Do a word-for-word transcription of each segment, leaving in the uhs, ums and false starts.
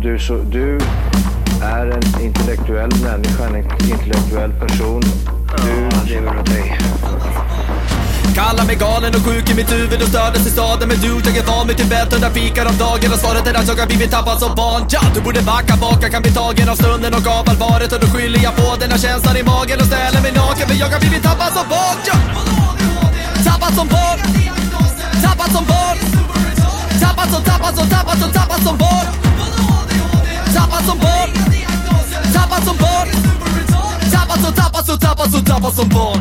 du, så, du är en intellektuell människa, en intellektuell person. Du lever åt dig. Kallar mig galen och sjuk i mitt huvud och stördes i staden. Men du, jag är van vid Tibet under fikar om dagen. Och svaret är att jag har blivit tappad som barn. Ja, du borde backa bak, jag kan bli tagen av stunden och av allvaret. Och då skyller jag på den här känslan i magen och ställer mig naken. För jag har blivit tappad som barn. Ja. Tappad som barn. Tappad som barn. Tappad som, tappad som, tappad som, tappad som barn. Tappad som barn. Tappad som barn. Tappad som, tappad som, tappad som, tappad som barn.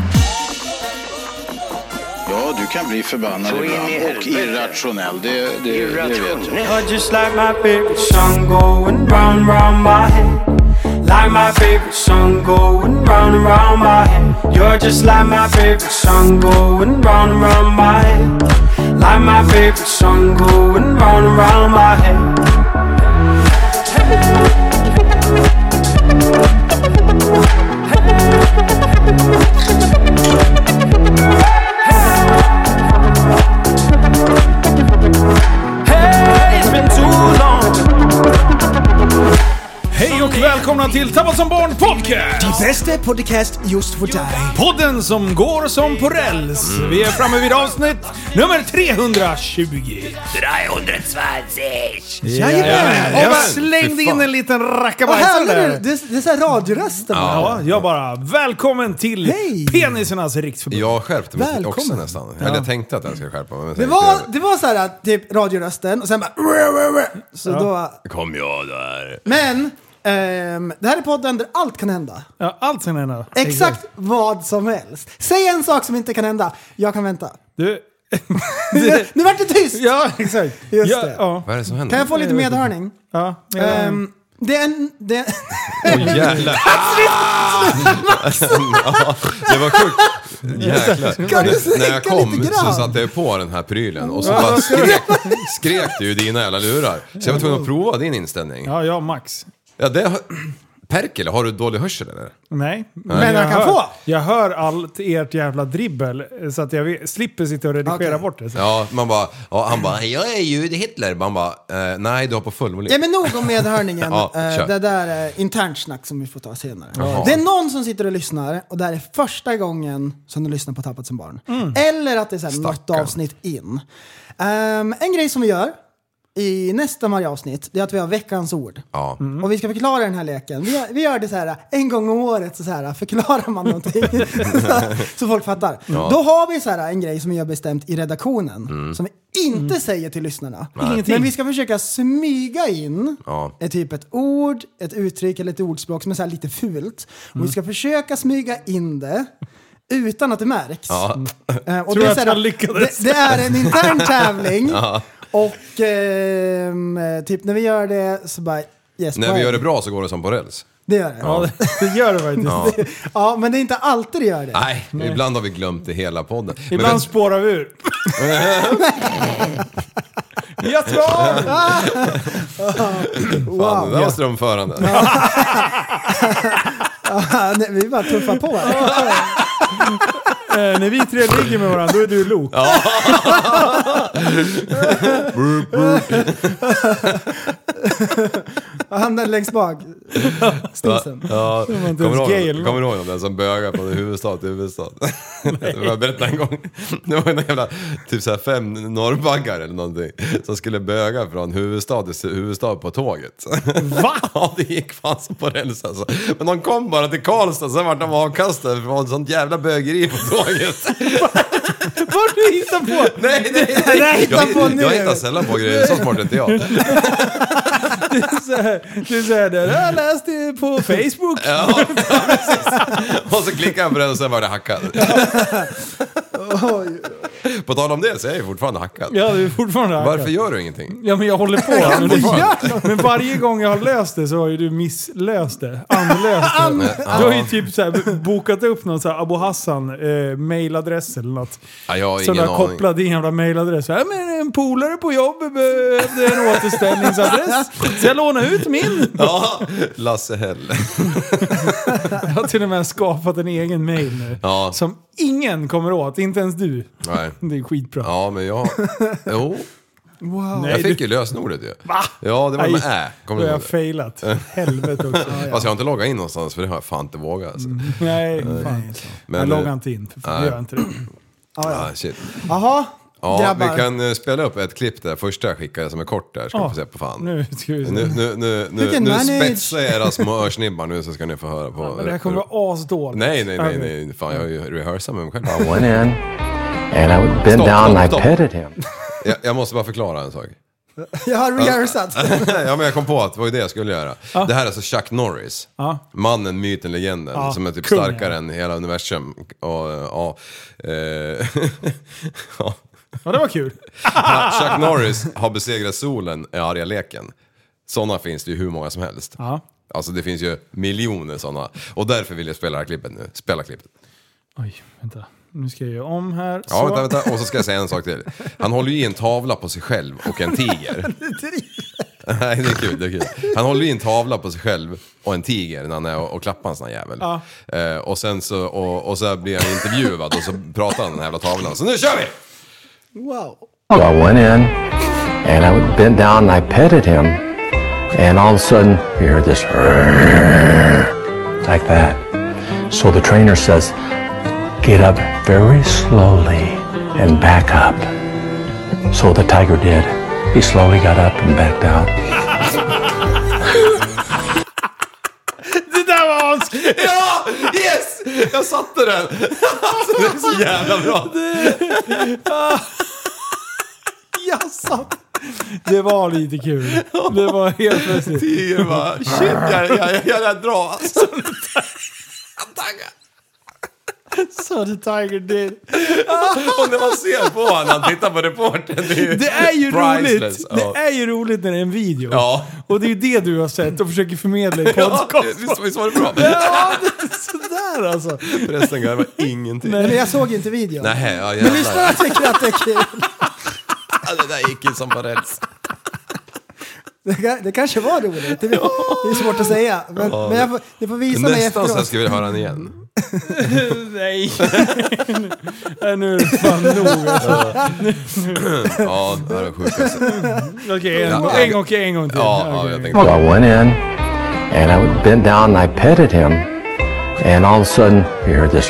Ja, du kan bli förbannad ibland och irrationell, det, det, det vet jag. You're just like my favorite song going round round my head. Like my favorite song going round and round my head. You're just like my favorite song going round and round my head. Like my favorite song going round and round my head. Hej och välkomna till Tappad som barn podcast! Det bästa podcast just för dig. Podden som går som på räls. Mm. Vi är framme vid avsnitt nummer trehundratjugo. trehundratjugo. Jajamän! Jag slängde in en liten rackabajsare där. Det, det, det är så här radiorösten. Ja, jag bara, välkommen till Hej. Penisernas riksförbund. Jag skärpte mig Välkommen. också nästan. Ja. Eller jag tänkte att jag skulle skärpa mig. Men Det var, det var så här typ radiorösten och sen bara... Så Ja. då... kom jag där. Men... ehm, det här är podden där allt kan hända. Ja, allt som händer. Exakt vad som helst. Säg en sak som inte kan hända. Jag kan vänta. Du... Nu, nu vart det tyst! Ja, exakt. Just ja, det. Ja. Vad är det som händer? Kan jag få lite medhörning? Ja, Ehm, det är en... Det... Åh jävlar. Ja, det var sjukt. Jäklar. Kan du sänka När jag kom lite så grann? satte jag på den här prylen och så bara skrek, skrek det ju dina jävla lurar. Så jag var tvungen att prova din inställning. ja, ja, Max. Ja, det har... Perkel, har du dålig hörsel eller? Nej. Men jag kan hör, få. Jag hör allt ert jävla dribbel så att jag vet, slipper sitta och redigera Okej. bort det. Så. Ja, man bara, ja, han bara, jag är ju Hitler. Man bara, eh, nej du har på full volym. Ja, men nog om medhörningen. Ja, Eh, kör. det där är internt snack som vi får ta senare. Jaha. Det är någon som sitter och lyssnar och det här är första gången som du lyssnar på Tappat som barn. Eller att det är så här något Stackarn. avsnitt in. Ehm, en grej som vi gör i nästa varje avsnitt, det är att vi har veckans ord. Ja. Och vi ska förklara den här leken. Vi gör, vi gör det så här en gång om året, så, så här förklarar man någonting så folk fattar. Ja. Då har vi så här en grej som vi har bestämt i redaktionen som vi inte säger till lyssnarna. Ingenting. Men vi ska försöka smyga in Ja. ett typ ett ord, ett uttryck eller ett ordspråk som är så här lite fult. Och vi ska försöka smyga in det utan att det märks. Ja. Eh, och Tror det, är att så här, jag lyckades. det, det är en intern tävling. Ja. Och ehm, typ när vi gör det så bara yes, När vi gör det bra så går det som på räls. det gör det. Ja, det, det gör det faktiskt. Ja. Ja, men det är inte alltid det gör det. Nej, ibland har vi glömt det hela podden. Men Ibland vem- spårar vi ur. Jag tror! Fan, Wow. det där var strömförande. Ja, nej, vi bara tuffar på. Eh, när vi tre ligger med varandra, då är du lok. Han är längst bak. Stinsen. Ja, inte kommer ens du gay ihåg, eller kommer du ihåg om den som bögar från huvudstad till huvudstad? Jag berättade en gång. Det var en jävla typ så här fem norrbaggar eller någonting som skulle böga från huvudstad till huvudstad på tåget. Va? Ja, det gick fan så på räls alltså. Men de kom bara till Karlstad, sen vart de avkastade för ett sånt jävla bögeri på tåget. Vad du hittar på? Nej, nej, Nej, nej. hitta Jag, på nu. jag hittar sällan på grejer, så smart är inte jag. Det är så här, det är så här, det har jag läst det på Facebook. Ja, precis. Och så klickade jag på den och sen var det hackad. Oj. På tal om det så är jag fortfarande hackad. Ja, det är fortfarande hackad. Varför gör du ingenting? Ja, men jag håller på. Men, du det, gör men varje gång jag har löst det så har ju du misslöst det. Anlöst det. Ja. Du har ju typ så här bokat upp någon så här Abu Hassan eh, mailadress eller något. Ja, jag har Så du ingen har aning. kopplat din jävla mailadress. Ja, men en polare på jobbet behövde en återställningsadress. Så jag lånade ut min. Ja, Lasse Hell. Jag har till och med skapat en egen mail nu. Ja. Som ingen kommer åt, inte ens du. Nej. Det är skitbra. Ja, men jag... Jo. Wow. Nej, Jag fick du- ju lösenordet ju. Va? Ja, det var Nej, med ä. Då Kommer har du jag ihåg det? failat. Helvete också. Ja, ja. Fast jag har inte loggat in någonstans för det har jag fan inte vågat alltså. Nej, fan. Men, jag loggar eh, inte in. För fan, nej. jag gör inte det. Ja, ja. Ah, shit. Jaha, Ja, grabbar. vi kan eh, spela upp ett klipp där. Första jag skickade som är kort där. Ska Ja. vi få se på fan. Nu ska vi se. Nu, nu, nu, nu, Vilken nu manage. spetsar jag era små örsnibbar nu så ska ni få höra på. Men det här kommer vara asdåligt. Nej, nej, nej, Okej. nej. Fan, jag har ju rehearsat med mig själv. I went in and I bent Stop, down and I stop, stop. petted him. Jag, jag måste bara förklara en sak. Jag har rehearsat. Ja, men jag kom på att det var ju det jag skulle göra. Det här är alltså Chuck Norris. Ja. Mannen, myten, legenden. Ja, Som är typ kung, starkare ja. än hela universum. Och, ja, eh, ja. Ja, det var kul. Chuck Norris har besegrat solen i arga leken. Sådana finns det ju hur många som helst. Ja. Alltså det finns ju miljoner sådana. Och därför vill jag spela det här klippet nu. Spela klippet. Oj, vänta. Nu ska jag göra om här. Ja, Så. vänta, vänta. Och så ska jag säga en sak till. Han håller ju i en tavla på sig själv och en tiger. Nej, det är kul, det är kul. Han håller i en tavla på sig själv och en tiger när han är och, och klappar en sån här jävel. Ja. Eh, och sen så, och, och så blir han intervjuad och så pratar han den här jävla tavlan. Så nu kör vi! Wow. So I went in and I bent down and I petted him. And all of a sudden, you hear this like that. So the trainer says, get up very slowly and back up. So the tiger did. He slowly got up and backed out. Det där var Hans! Ja! Yes! Jag satte den! Alltså, det är så jävla bra. Jag satt. Det var lite kul. Det var helt plötsligt. Tiger bara, shit, jag, jag, jag, jag, jag drar alltså. Tagga. Så the tiger did. Och när man ser på honom, han tittar på reportern. Det är ju, Det är ju priceless. roligt. Ja. Det är ju roligt när det är en video. Ja. Och det är ju det du har sett och försöker förmedla i Ja, podcast. visst, visst var det bra? Ja, det är sådär alltså. Förresten, det var ingenting. Men jag såg inte videon. Nej, ja, Men jävlar. lyssnarna tycker att det är kul. Ja, det där gick ju som på räls. Det, kan- det kanske var roligt. Det, det är svårt att säga. Men, men jag får, det får visa mig Nästan så efteråt. jag skulle vilja höra den igen. Nej. Nej, nu är det fan nog alltså. Ja, det var sjukt alltså. Okej, en, Ja, en, gång, en gång till. Ja, ja, Okej. jag So tänkte. I went in and I bent down and I petted him. And all of a sudden, you hear this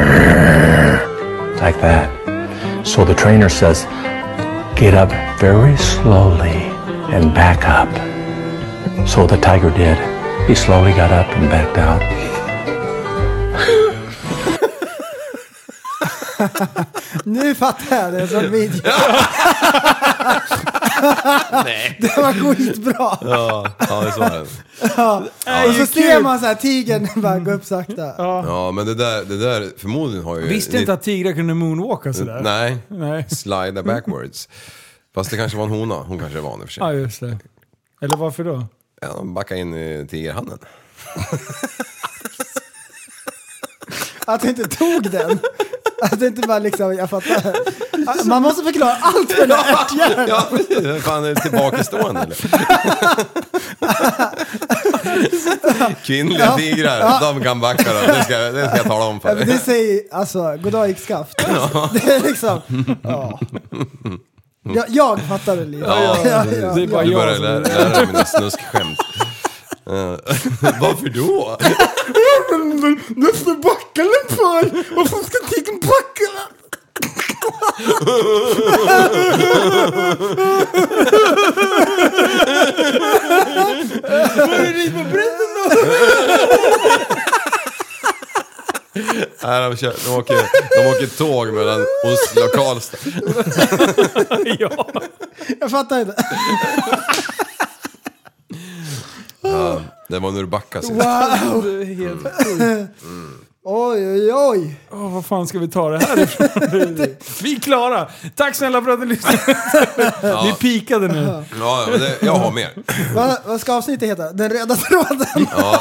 like that. So the trainer says, get up very slowly and back up. So the tiger did. He slowly got up and backed out. Nu fattar jag det. Det är en video. Nej. Det var skitbra. Ja, ja, det var den. Och så ser man så här tigern bara gå upp sakta. Ja, men det där, det där förmodligen har ju... Visste inte att tigrar kunde moonwalka sådär. Nej, Nej. slida backwards. Fast det kanske var en hona. Hon kanske är van i och för sig. Ja, just det. Eller varför då? Ja, de backade in i tigerhanden. Att du inte tog den. Att du inte bara liksom, jag fattar. Man måste förklara allt för den här ärthjärnan. Ja, precis. Fan, är det tillbakastående eller? Kvinnliga tigrar, de kan backa då. Det ska, det ska jag tala om Ja, för men dig. det säger, alltså, goddag gick skaft. Det är liksom, ja. Jag, jag fattar det lite. Ja, ja, det är ja, bara Du jag börjar som- lära, lära dig mina snuskskämt. Uh, varför då? Nu får backaren på. Varför ska tigern backa? Vad är det på bredden då? Nej, de, kör, de, åker, de åker tåg mellan Oslo och Karlstad. Ja. Jag fattar inte. Ja, det var när du backade. Så. Wow. Det är helt sjukt. Oj, oj, oj. Åh, vad fan ska vi ta det här ifrån? Vi är klara. Tack snälla för att ni lyssnade. Ja. Vi pikade nu. Ja, ja, men det, jag har mer. Vad, vad ska avsnittet heta? Den röda tråden. Ja,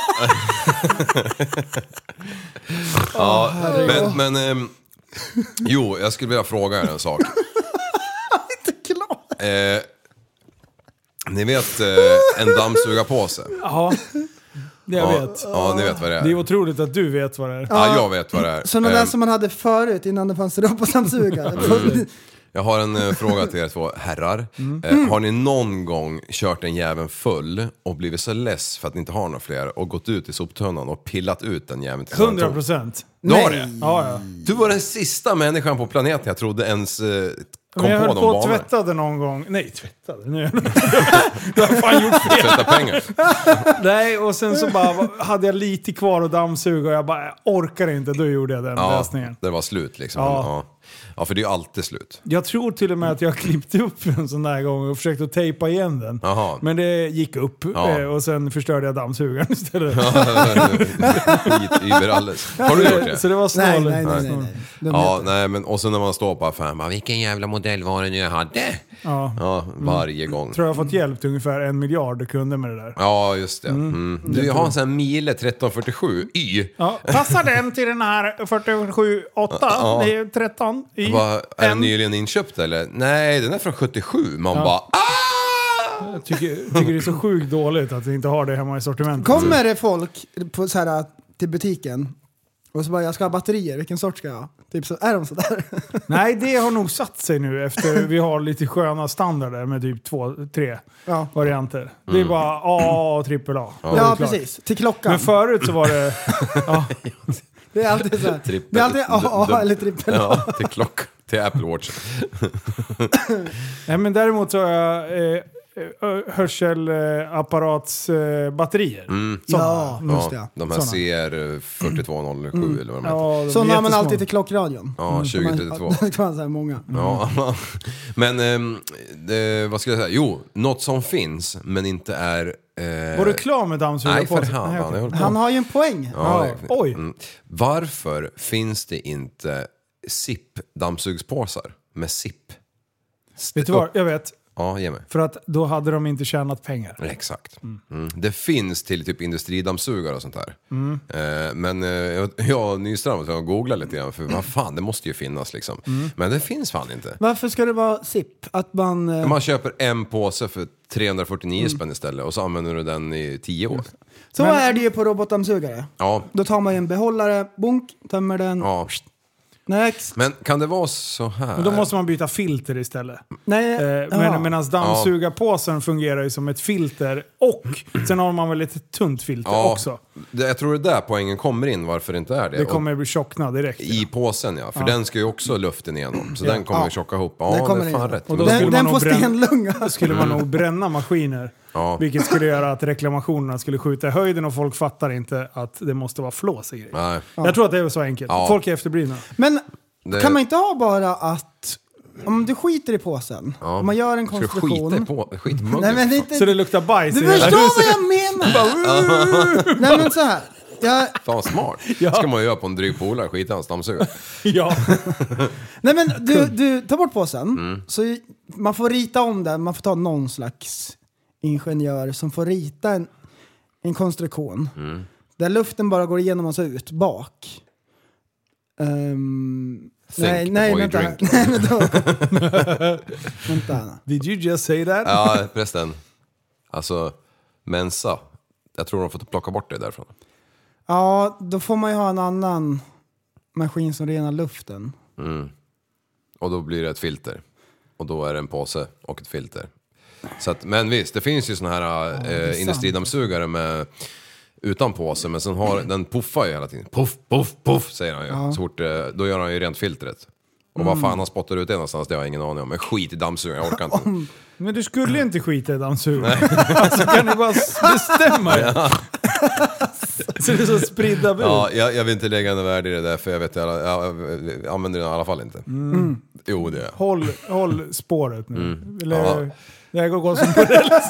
ja men, men ehm, jo, jag skulle vilja fråga er en sak. Inte klar. Eh, ni vet eh, en dammsugarpåse? Ja, det jag Ja, vet. ja, ni vet vad det är. Det är otroligt att du vet vad det är. Ja, jag vet vad det är. Sådana där Ehm, som man hade förut innan det fanns robotdammsugare. Jag har en uh, fråga till er två herrar. Mm. Uh, har ni någon gång kört en jäveln full och blivit så less för att ni inte har några fler och gått ut i soptunnan och pillat ut den jäveln till hundra procent. Du har det? Ja, ja. Du var den sista människan på planeten jag trodde ens uh, kom men jag på höll de på banorna. att tvättade någon gång. Nej, tvättade. Nu. Du har fan gjort fel. Tvätta pengar. Nej, och sen så bara hade jag lite kvar och dammsuga och jag bara jag orkar inte. Då gjorde jag den ja, lösningen. Det var slut liksom. Ja. Ja. Ja, för det är ju alltid slut. Jag tror till och med att jag klippte upp en sån där gång och försökte att tejpa igen den. Aha. Men det gick upp Ja. och sen förstörde jag dammsugaren istället. Skit i alldeles. Har du gjort det? Så det var snål. Nej, nej, nej, nej, nej. De Ja, heter- nej, men och så när man står på affären, bara, vilken jävla modell var det nu jag hade? Ja. Ja, varje gång. Tror jag har fått hjälp till ungefär en miljard kunder med det där. Ja, just det. Mm. Du, jag har en sån här Miele tretton fyrtiosju Y. Ja, passar den till den här fyrtiosju åtta? Ja. Det är tretton Y. Vad, är den M. nyligen inköpt eller? Nej, den är från sjuttiosju. Man Ja. bara, ah! Jag tycker, tycker det är så sjukt dåligt att vi inte har det hemma i sortimentet. Kommer det folk på, så här, till butiken och så bara, jag ska ha batterier, vilken sort ska jag ha? Typ så, är de sådär? Nej, det har nog satt sig nu efter vi har lite sköna standarder med typ två, tre Ja, varianter. Det är bara A och trippel A. ja, Det är klart. precis. Till klockan. Men förut så var det... Ja, Det är alltid så här. Trippel. Det är alltid A A Du- du- eller trippel A. Ja, till klock, till Apple Watch. nej, men däremot så har jag eh, hörselapparatsbatterier. Eh, batterier. Mm. Ja, just det. Ja, Ja. de här Såna. C R fyrtiotvå noll sju Mm. eller vad de heter. Ja, de är Sådana har man jättesmå. alltid till klockradion. Ja, tjugo trettiotvå. Det kan man säga många. Ja, men ehm, det, vad ska jag säga? Jo, något som finns men inte är... Eh, Var du klar med dammsugare? Nej, för på? fan. Nej, Jag okej. håller på. Han har ju en poäng. Ja, Ja, det- oj. Mm. Varför finns det inte S I P-dammsugspåsar med S I P? Vet du vad? Jag vet. Ja, ge mig. För att då hade de inte tjänat pengar. Exakt. Mm. Det finns till typ industridammsugare och sånt där. Mm. Eh, men eh, jag, jag Nyström och googlade lite grann för vad fan, det måste ju finnas liksom. Mm. Men det finns fan inte. Varför ska det vara S I P? Att man... eh, Man köper en påse för trehundrafyrtionio spänn istället och så använder du den i tio år. Så är det ju på robotdammsugare. Ja, Då tar man ju en behållare, bonk, tömmer den. ja. Next. Men kan det vara så här? Men då måste man byta filter istället. Nej, Eh, ja. men, Medan dammsugarpåsen fungerar ju som ett filter och sen har man väl ett tunt filter Ja, också. det, jag tror det där poängen kommer in varför det inte är det. Det kommer bli tjocknad direkt. Och i påsen ja, för den ska ju också luften igenom. Så den kommer Ja. ju tjocka ihop. Ja, Det det kommer är fan in. rätt. Och då Den, skulle den man får nog bränna- stenlunga. Då skulle man nog bränna maskiner. Ja. Vilket skulle göra att reklamationerna skulle skjuta i höjden och folk fattar inte att det måste vara flås i grejer. Nej. Jag tror att det är så enkelt. Ja. Folk är efterblivna. Men Det- kan man inte ha bara att om du skiter i påsen, Ja. om man gör en Ska du konstruktion... skita i på, skit i muggen? Nej men det är inte... Så det luktar bajs Du i hela förstår huset. vad jag menar! Nej men så här. Jag, Fan vad smart. Ja. ska man ju göra på en dryg polare, skita i hans dammsugare. Ja. nej men du, du tar bort påsen, Mm. så man får rita om den, man får ta någon slags ingenjör som får rita en, en konstruktion. Mm. Där luften bara går igenom och så ut bak. Um, Think nej, nej, before you vänta. drink. Nej, men då, vänta. Did you just say that? Ja, förresten. Alltså, Mensa. Jag tror de får plocka bort det därifrån. Ja, då får man ju ha en annan maskin som renar luften. Mm. Och då blir det ett filter. Och då är det en påse och ett filter. Så att, men visst, det finns ju såna här eh, industridammsugare med utan påse, men sen har den puffar ju hela tiden. Puff, puff, puff, säger han ju. Ja. Så fort, eh, då gör han ju rent filtret. Och vad fan han spottar ut det någonstans, det har jag ingen aning om. Men skit i dammsugaren, jag orkar inte. Men du skulle ju inte skita i dammsugaren. Alltså kan ni bara bestämma er? Så det är så spridda bud. Ja, jag, jag vill inte lägga något värde i det där, för jag vet jag, jag, jag använder den i alla fall inte. Mm. Jo, det är jag. Håll, håll spåret nu. Mm. Eller, Ja. Det här går gå som på räls.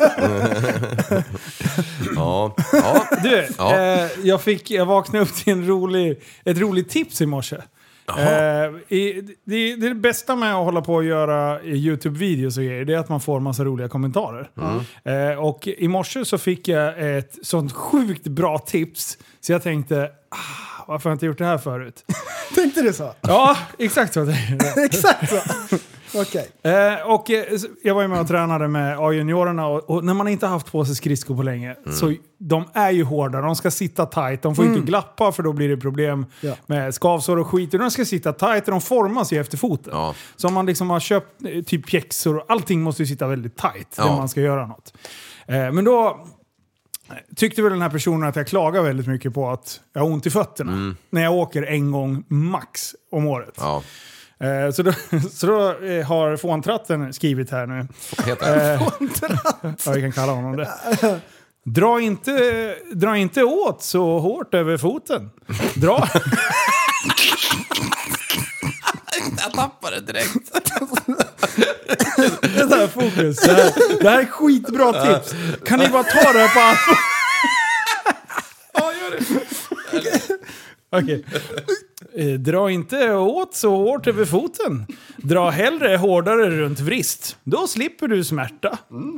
Ja, ja. Du, Ja. eh, jag, fick, jag vaknade upp till en rolig, ett roligt tips i morse. Eh, i, det, det bästa med att hålla på och göra YouTube-videos och grejer, det är att man får en massa roliga kommentarer. Eh, och i morse så fick jag ett sånt sjukt bra tips, så jag tänkte, ah, varför har jag inte gjort det här förut? Tänkte du så? Ja, exakt så. Exakt så. Okej. Eh, och eh, jag var ju med och tränade med A-juniorerna och, och när man inte haft på sig skridskor på länge Mm. så de är ju hårda, de ska sitta tight, de får Mm. inte glappa för då blir det problem Ja. med skavsår och skit. De ska sitta tight och de formas ju efter foten. Ja. Så om man liksom har köpt eh, typ pjäxor och allting måste ju sitta väldigt tight Ja. när man ska göra något. Eh, men då tyckte väl den här personen att jag klagar väldigt mycket på att jag har ont i fötterna. Mm. När jag åker en gång max om året. Ja. Eh, så då, så då eh, har fåntratten skrivit här nu. Heter det? Eh, ja, vi kan kalla honom det. Dra inte, dra inte åt så hårt över foten. Dra... Jag tappade direkt. Det här fokus. Det här, det här är skitbra tips. Kan ni bara ta det här på allvar? Ja, gör det. Okej. Eh, dra inte åt så hårt över foten. Dra hellre hårdare runt vrist. Då slipper du smärta.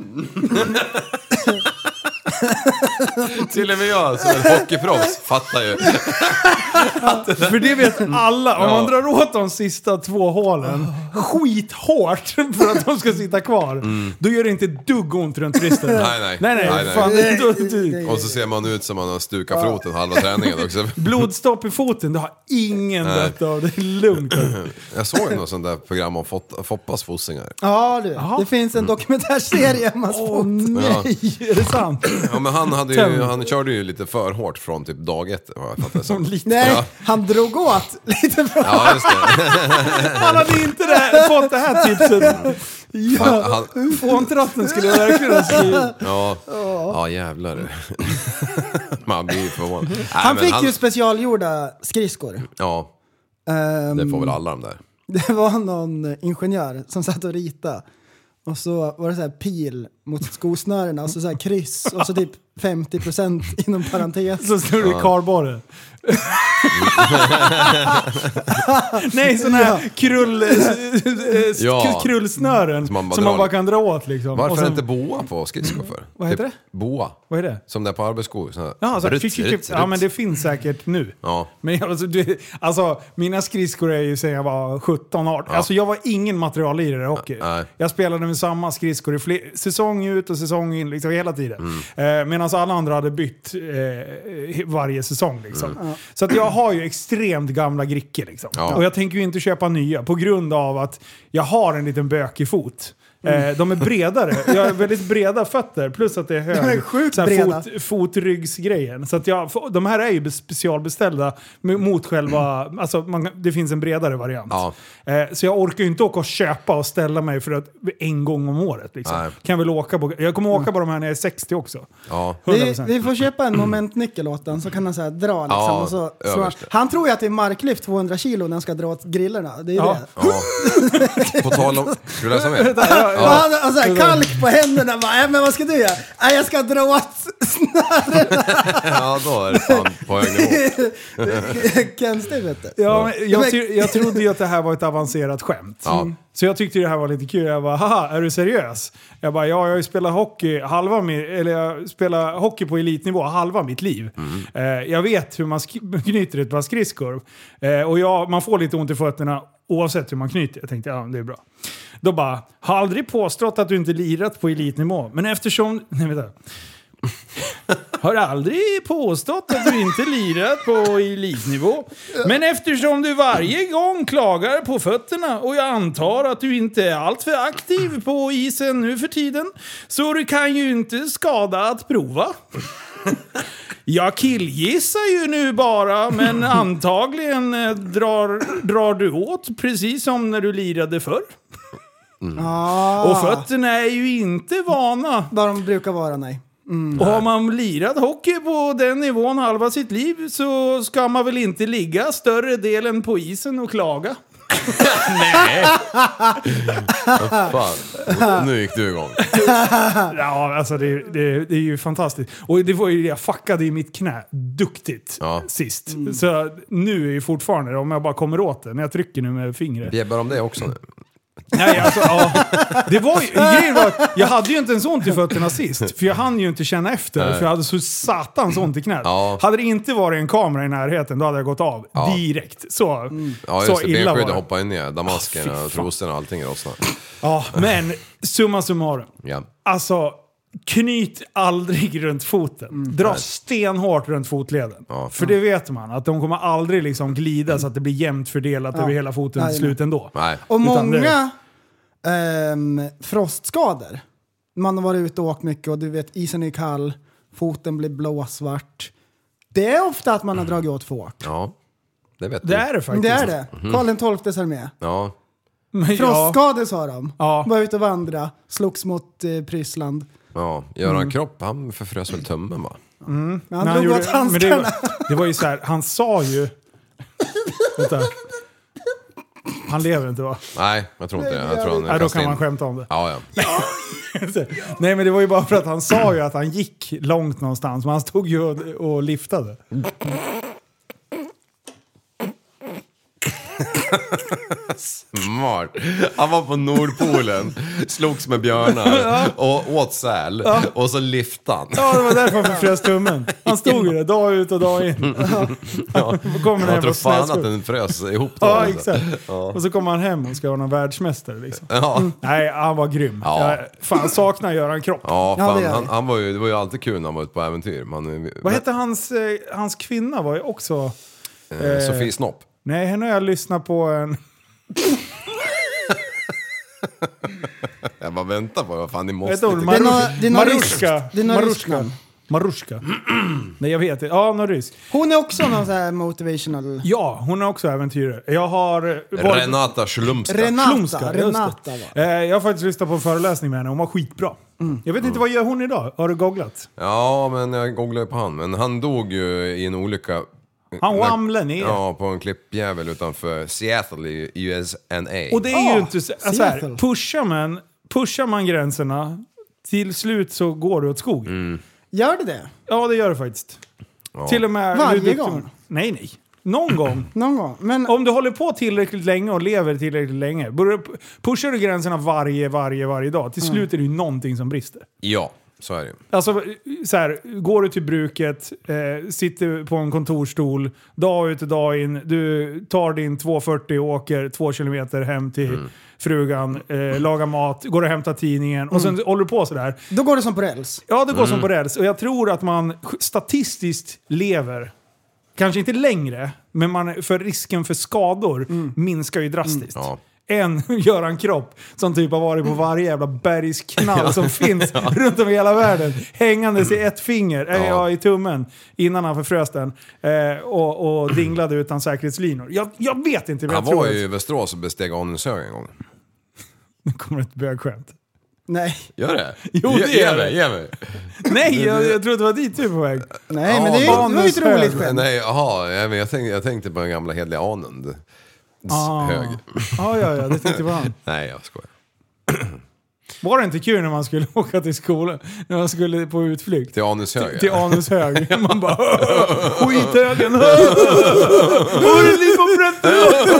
Till och med jag som är hockeyproffs fattar ju. För det vet alla. Om Ja. man drar åt de sista två hålen skithårt för att de ska sitta kvar. Då gör det inte dugg ont runt vristen. Nej, nej. Nej, nej. Nej, nej. Fan, Nej, då- nej, då- Och så ser man ut som man har stukat foten halva träningen också. Blodstopp i foten, det har ingen Nej. dött av. Det är lugnt. Jag såg något sånt där program om Fot- Foppas fossingar. Ja du, Jaha. det finns en dokumentärserie om hans Åh fot. nej, är det sant? Ja, men han, hade ju, Töm. han körde ju lite för hårt från typ dag ett. Har jag fattat det som. Lite. Nej, Ja. han drog åt lite för Ja, just det. Han hade inte det, fått det här tipset. Han, Ja, han, fåntratten skulle jag verkligen ha skrivit. ja, ja, jävlar. Man blir ju förvånad. Nej, Han men fick ju specialgjorda skridskor. Ja, Ehm, det får väl alla de där. Det var någon ingenjör som satt och ritade. Och så var det så här pil mot skosnörena och så, så här kryss och så typ femtio procent inom parentes. Så stod det kardborre. Nej, sån här krull, eh, eh, Ja. krullsnören Som man bara som man drar. bara kan dra åt liksom. Varför Och sen- inte boa på skridskor för? Vad heter det? Boa. Vad är det? Som det är på arbetsskor. Så här. Ja, så, Rutt, fick, fick, rutt, ja, rutt. men det finns säkert nu. Ja. Men jag, alltså, du, alltså, mina skridskor är ju sedan jag var sjutton arton. Ja. Alltså jag var ingen materiallirare i hockey. Nej. Jag spelade med samma skridskor i fler, säsong ut och säsong in, liksom hela tiden. Mm. Eh, Medan alla andra hade bytt eh, varje säsong. Liksom. Mm. Så att jag har ju extremt gamla grickor. Liksom. Ja. Och jag tänker ju inte köpa nya på grund av att jag har en liten bökig fot. Eh, de är bredare. Jag har väldigt breda fötter plus att det är hög De är sjukt så här breda. fot, fotryggsgrejen. Så att jag, de här är ju specialbeställda mot själva, alltså man, det finns en bredare variant. Ja. Eh, så jag orkar ju inte åka och köpa och ställa mig för att en gång om året. Liksom. Nej. Kan väl åka på, jag kommer åka på de här när jag är sextio också. Ja. Vi, hundra procent. vi får köpa en momentnyckel åt den så kan han så här dra liksom. Ja, Och så, så han, överst. han tror ju att det är marklyft tvåhundra kilo när han ska dra åt grillerna. Det är Ja. det. Ja. På tal om... Ska du läsa mer? Och han har så här kalk på händerna. Bara, äh, men vad ska du göra? Äh, jag ska dra åt snören. Ja, då är det fan på hög nivå. Konstigt vet du. Ja, men jag, ty- jag trodde ju att det här var ett avancerat skämt. Ja. Mm. Så jag tyckte det här var lite kul. Jag bara, haha, är du seriös? Jag bara, ja, jag har ju spelat hockey halva mi- eller jag spelar hockey på elitnivå halva mitt liv. Eh, jag vet hur man sk- knyter ett par skridskor. Eh, och jag, man får lite ont i fötterna oavsett hur man knyter. Jag tänkte, ja, det är bra. Då bara, har aldrig påstått att du inte lirat på elitnivå. Men eftersom... Nej, vänta. Har aldrig påstått att du inte lirat på elitnivå. Men eftersom du varje gång klagar på fötterna och jag antar att du inte är alltför aktiv på isen nu för tiden, så du kan ju inte skada att prova. Jag killgissar ju nu bara, men antagligen eh, drar, drar du åt precis som när du lirade förr. Ah, Och fötterna är ju inte vana. vad de brukar vara, nej. Och har man lirat hockey på den nivån halva sitt liv så ska man väl inte ligga större delen på isen och klaga. Fan. Nu gick du igång. Ja, alltså det, det, det är ju fantastiskt. Och det var ju det jag fuckade i mitt knä duktigt Ja. sist. Så nu är ju fortfarande, om jag bara kommer åt det, när jag trycker nu med fingret. Bjäbbar om det också nu. Nej, alltså, ja. Det var ju, grejen var att jag hade ju inte en sån till fötterna sist. För jag hann ju inte känna efter. Nej. För jag hade så satans ont i knät. Ja. Hade det inte varit en kamera i närheten, då hade jag gått av Ja. direkt. Så, Ja, så just det. illa var Benskyddet det. hoppade ju ner. Damaskerna, Ah, fy och fan. trosorna och allting rostnade. Ja, men summa summarum. Ja. Alltså, knyt aldrig runt foten. Dra stenhårt runt fotleden. Ja. För det vet man, att de kommer aldrig liksom glida så att det blir jämnt fördelat Ja. över hela foten Nej, till slut ändå. Nej. Och Utan det- många ehm, frostskador. Man har varit ute och åkt mycket och du vet, isen är kall, foten blir blåsvart. Det är ofta att man har dragit åt för hårt. Ja, det vet Det du. är det faktiskt. Det är det. Karl den tolftes armé. Ja. Men ja, Frostskador sa de. Ja. Var ute och vandra, slogs mot eh, Pryssland. Ja, Göran Kropp, han förfrös väl tummen va? Men men han han drog gjorde- åt men handskarna. det, var, det var ju så här, han sa ju... Vänta. Han lever inte va? Nej, jag tror inte det. Jag tror han är Nej, då kastad kan man in. skämta om det. Ja, ja. Nej, men det var ju bara för att han sa ju att han gick långt någonstans. Men han stod ju och, och liftade. Smart. Han var på Nordpolen, slogs med björnar och åt säl. Och så liftade han. Ja, det var därför han förfrös tummen. Han stod ju där dag ut och dag in. Ja. Kommer Jag tror på fan snöskor. att den frös ihop då. Ja, alltså. exakt. Ja. Och så kommer han hem och ska vara någon världsmästare liksom. Ja. Nej, han var grym. Ja. Jag, fan, saknar Göran Kropp. Ja, Ja, fan, det gör han, det. han var ju, det var ju alltid kul när han var ute på äventyr. Man, Vad hette hans, eh, hans kvinna var ju också... eh, Sofie Snopp. Nej, henne har jag lyssnat på en... Jag bara väntar på vad fan, ni Vad måste heter hon? inte... Det är Marush- nå- det är någon Marushka. rysk- det är någon rysk Marushka. namn. Marushka. Nej, jag vet inte. Ja, någon rysk. Hon är också någon sån här motivational... Ja, hon är också äventyrare. Jag har... eh, varit- Renata Schlumska. Renata. Klumska, just Renata det. va? Eh, Jag har faktiskt lyssnat på en föreläsning med henne. Hon var skitbra. Jag vet inte, vad gör hon idag? Har du googlat? Ja, men jag googlade på han. Men han dog ju i en olycka. Han När- ramlade ner. Ja, på en klippjävel utanför Seattle i U S A. Och det är ju Ah, inte så, så här, Seattle. pushar man, pushar man gränserna, till slut så går det åt skogen. Gör det det? Ja, det gör det faktiskt. Ja. Till och med... Varje hur duktig gång? man- Nej, nej. Någon gång. Någon gång. Men Om du håller på tillräckligt länge och lever tillräckligt länge, börjar- pushar du gränserna varje, varje, varje dag, till slut är det ju någonting som brister. Ja, så är det ju. Alltså, så här, går du till bruket, eh, sitter på en kontorstol, dag ut och dag in, du tar din två fyrtio och åker två kilometer hem till Mm. frugan, eh, lagar mat, går och hämtar tidningen och sen håller du på sådär. då går det som på räls. Ja, det går som på räls. Och jag tror att man statistiskt lever, kanske inte längre, men man, för risken för skador minskar ju drastiskt. Ja. En Göran Kropp som typ har varit på varje jävla bergsknall som finns runt om i hela världen. Hängandes i ett finger, äh, Ja. ja, i tummen, innan han förfrös den. Eh, och, och dinglade utan säkerhetslinor. Jag, jag vet inte, men Han jag tror var att... ju i Västerås och besteg Anunshög en gång. Nu kommer ett bögskämt. Nej, Gör det? Jo, Ge- det ge gör mig, det. ge mig. Nej, jag, jag trodde det var dit du är på väg. nej Ja, men det, är, det var ju ett Anus roligt hög. skämt. Nej, jaha, jag, men jag, tänkte, jag tänkte på den gamla hedliga Anund. Ah. Hög. Ja, ja, ja, det tänkte jag på han. Nej, jag skojar. Var det inte kul när man skulle åka till skolan? När man skulle på utflykt? Till Anushög. Till Anushög. Man bara skithögen. Var det ni på brätten?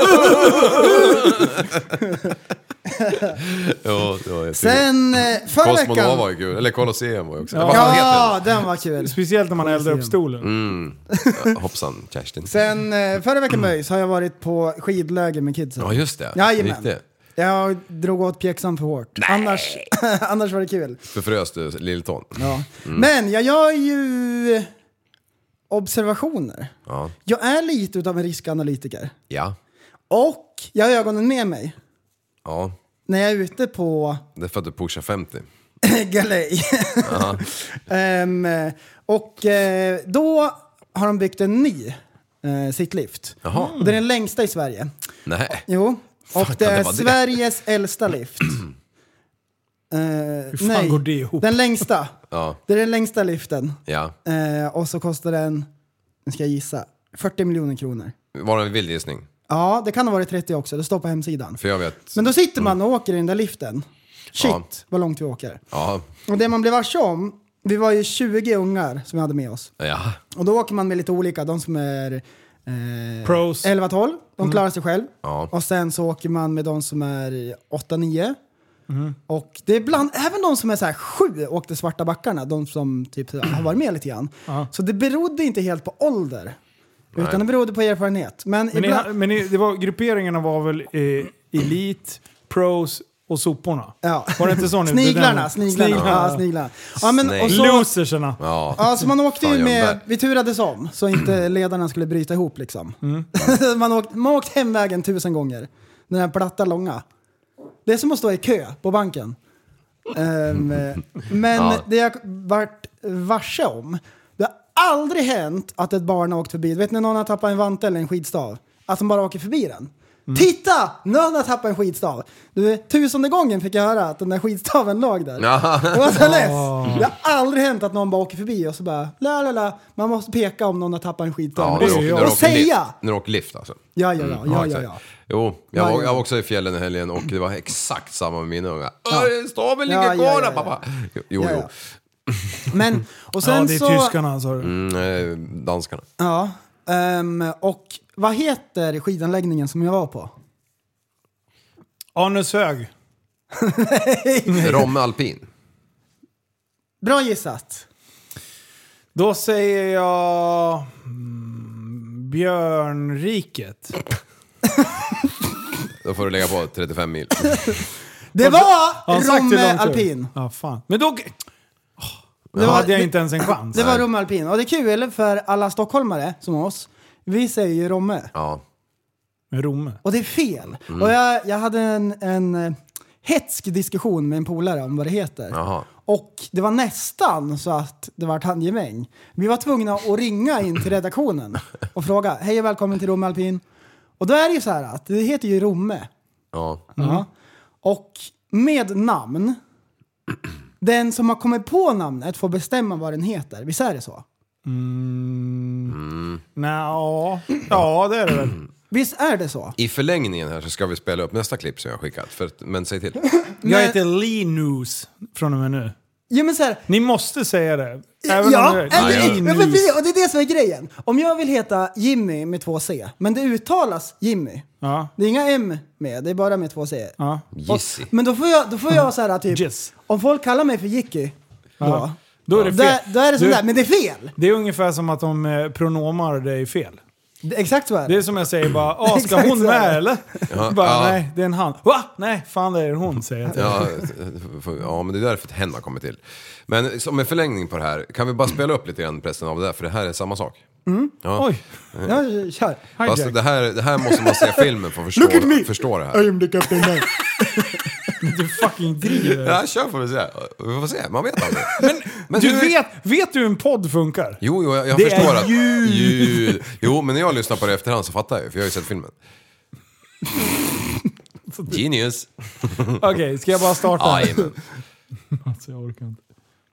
Ja, det var jättekul. Sen eh, förra Cosmonova veckan... var ju kul. Eller Colosseum var ju också. Vad fan heter Ja, den var kul. Speciellt när man eldar upp stolen. den? Ja, hoppsan, Kerstin. Sen eh, förra veckan möjs har jag varit på skidläger med kidsen. Ja, just det. Jajamän. Gick det? Jag drog åt pjäxan för hårt. Annars, annars var det kul. Förfrös du lilltån? Ja. Men jag gör ju observationer. Ja. Jag är lite utav en riskanalytiker. Ja. Och jag har ögonen med mig Ja. när jag är ute på Det är för att du pushar femtio. galej. Ehm, och eh, då har de byggt en ny eh, sittlift. Jaha. Och det är den längsta i Sverige. Nej. Jo. Och Fan, det kan det är vara det? Sveriges äldsta lift. Eh, Hur fan nej, går det ihop? den längsta. Ja. Det är den längsta liften. Ja. Eh, och så kostar den, nu ska jag gissa, fyrtio miljoner kronor. Var det en vild gissning? Ja, det kan ha varit trettio också. Det står på hemsidan. För jag vet... Men då sitter man och åker i den där liften. Shit, Ja. vad långt vi åker. Ja. Och det man blev varse om, vi var ju tjugo ungar som vi hade med oss. Ja. Och då åker man med lite olika, de som är eh, Pros. elva tolv. De klarar sig själv. Ja. Och sen så åker man med de som är åtta nio. Mm. Och det är ibland, även de som är så här sju åkte svarta backarna, de som typ har varit med lite grann. Ja. Så det berodde inte helt på ålder. Nej. Utan det berodde på erfarenhet. Men, Men, ibland, ni, men ni, det var, grupperingarna var väl eh, Elite, Pros och soporna? ja. Var det inte så? Ni Sniglarna, sniglarna. Sniglarna. Ja, sniglarna. Ja, men, Snake. och så, Loserserna. Ja. ja, så man åkte ju Fan, med, Jönnberg. vi turades om så inte ledarna skulle bryta ihop liksom. man, åkte, man åkte hemvägen tusen gånger. Den här platta långa. Det är som att stå i kö på banken. Um, men Ja. det jag varit varse om, det har aldrig hänt att ett barn har åkt förbi. Vet ni, någon har tappat en vante eller en skidstav? Att de bara åker förbi den. Mm. Titta! Någon har tappat en skidstav. Du, tusende gången fick jag höra att den där skidstaven låg där. Ja. Det var så lätt. Det har aldrig hänt att någon bara åker förbi och så bara la la la. Man måste peka om någon har tappat en skidstav. Ja, och när du åker- när du och åker lift. säga! När du åker lift alltså. Ja, ja, ja. ja, ja, ja. Jo, jag Ja, var, ja. jag var också i fjällen i helgen och det var exakt samma med mina unga. Ja. Öj, staven ligger Ja, ja, kvar ja, där ja. pappa. Jo, jo. Ja, ja. Men, och sen Ja, det är så... tyskarna sa du. Mm, eh, danskarna. Ja, ehm, och vad heter skidanläggningen som jag var på? Arnöshög. Romme alpin. Bra gissat. Då säger jag... Mm, Björnriket. Då får du lägga på trettiofem mil. Det var Har han sagt hur Romme långt det är? Alpin. Ja, fan. Men då... Det Då var- hade jag det- inte ens en chans. Det var Romme Alpin. Och det är kul för alla stockholmare som oss. Vi säger ju Romme. Ja. Med Romme. Och det är fel. Mm. Och jag, jag hade en, en eh, hetsk diskussion med en polare om vad det heter. Jaha. Och det var nästan så att det var ett handgemäng. Vi var tvungna att ringa in till redaktionen och fråga, hej och välkommen till Romme Alpin. Och då är det ju så här att det heter ju Romme. Ja. Ja. Och med namn, den som har kommit på namnet får bestämma vad den heter. Visst är det så? Mm. Nå, ja, det är det väl. Visst är det så? I förlängningen här så ska vi spela upp nästa klipp som jag har skickat. För att, men säg till. Jag heter Linus från och med nu. Ja, men så här, Ni måste säga det. Även ja, om det eller, ja. ja, men precis, och det är det som är grejen. Om jag vill heta Jimmy med två C, men det uttalas Jimmy. Ja. Det är inga M med, det är bara med två C. Ja. Gissy. Men då får jag, då får jag så här typ, Jizz. om folk kallar mig för Jicky, då, Ja. Då är det fel. där, då är det Du- sådär, men det är fel. Det är ungefär som att de eh, pronomar dig fel. Det, exakt så är det. Det är som jag säger bara, ah, ska Exakt hon så är med det. eller? Ja, bara, ja. nej, det är en han. Va? Nej, fan det är en hon, säger jag till. Ja, för- ja, men det är därför att hen har kommit till. Men som en förlängning på det här, kan vi bara spela upp lite grann pressen av det där? För det här är samma sak. Ja. Oj, Ja, kör. Fast hijack. det här, det här måste man se filmen för att förstå, Look at me. förstå det här. am the captain now. Du fucking driver. Ja, kör får vi se. Vi får se, man vet aldrig. Men, men Du hur- vet, vet du hur en podd funkar? Jo, jo, jag, jag Det förstår är att... ljud. ljud. Jo, men när jag lyssnar på det i efterhand så fattar jag ju, för jag har ju sett filmen. Genius. Okej, ska jag bara starta? Jajamän. Alltså, jag orkar inte.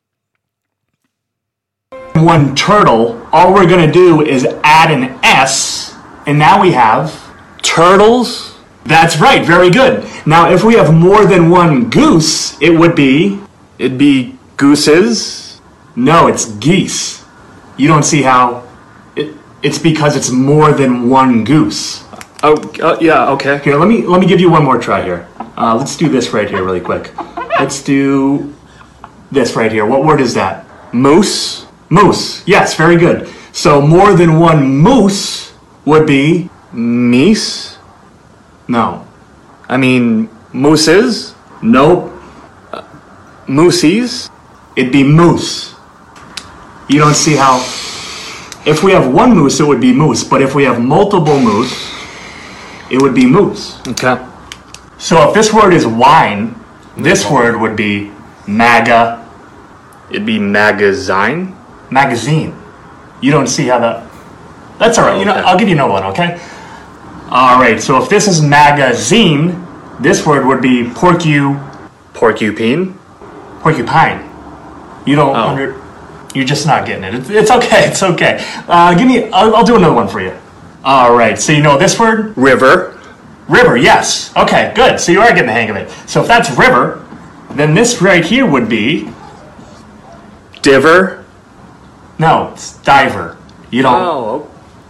one turtle, all we're gonna do is add an S, and now we have turtles. That's right, very good. Now, if we have more than one goose, it would be. It'd be gooses? No, it's geese. You don't see how. It, it's because it's more than one goose. Oh, uh, yeah, okay. Here, let me let me give you one more try here. Uh, let's do this right here, really quick. Let's do this right here. What word is that? Moose? Moose. Yes, very good. So more than one moose would be Meese? no. I mean, mooses? Nope. Moosies? It'd be moose. You don't see how. If we have one moose, it would be moose. But if we have multiple moose, it would be moose. Okay. So if this word is wine, this word would be maga It'd be magazine? magazine. You don't see how that. That's all right. You know, Okay. I'll give you another one. Okay. All right. So if this is magazine, this word would be porcu Porcupine? porcupine. You don't Oh. under. You're just not getting it. It's, it's okay. It's okay. Uh, give me. I'll, I'll do another one for you. All right. So you know this word, River? river. Yes. Okay. Good. So you are getting the hang of it. So if that's river, then this right here would be Diver? no. It's diver. You don't. Oh,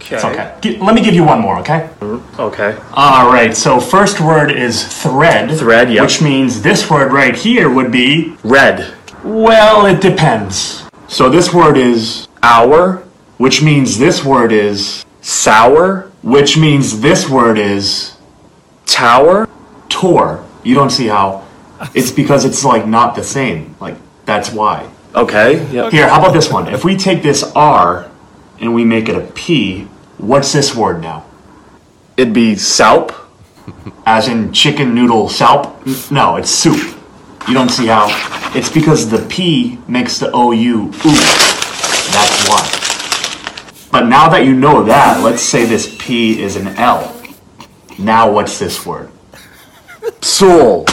Okay. It's okay. G- let me give you one more, okay? Okay. All right, so first word is thread. Thread, yeah. Which means this word right here would be... Red. Well, it depends. So this word is Hour. which means this word is Sour. which means this word is Tower. tor. You don't see how. It's because it's like not the same. Like that's why. Okay. Yep. Here, how about this one? If we take this R and we make it a P, what's this word now? It'd be Salp. As in chicken noodle soup? N- No, it's soup. You don't see how. It's because the P makes the O U ooh. That's why. But now that you know that, let's say this P is an L. Now what's this word? Soul.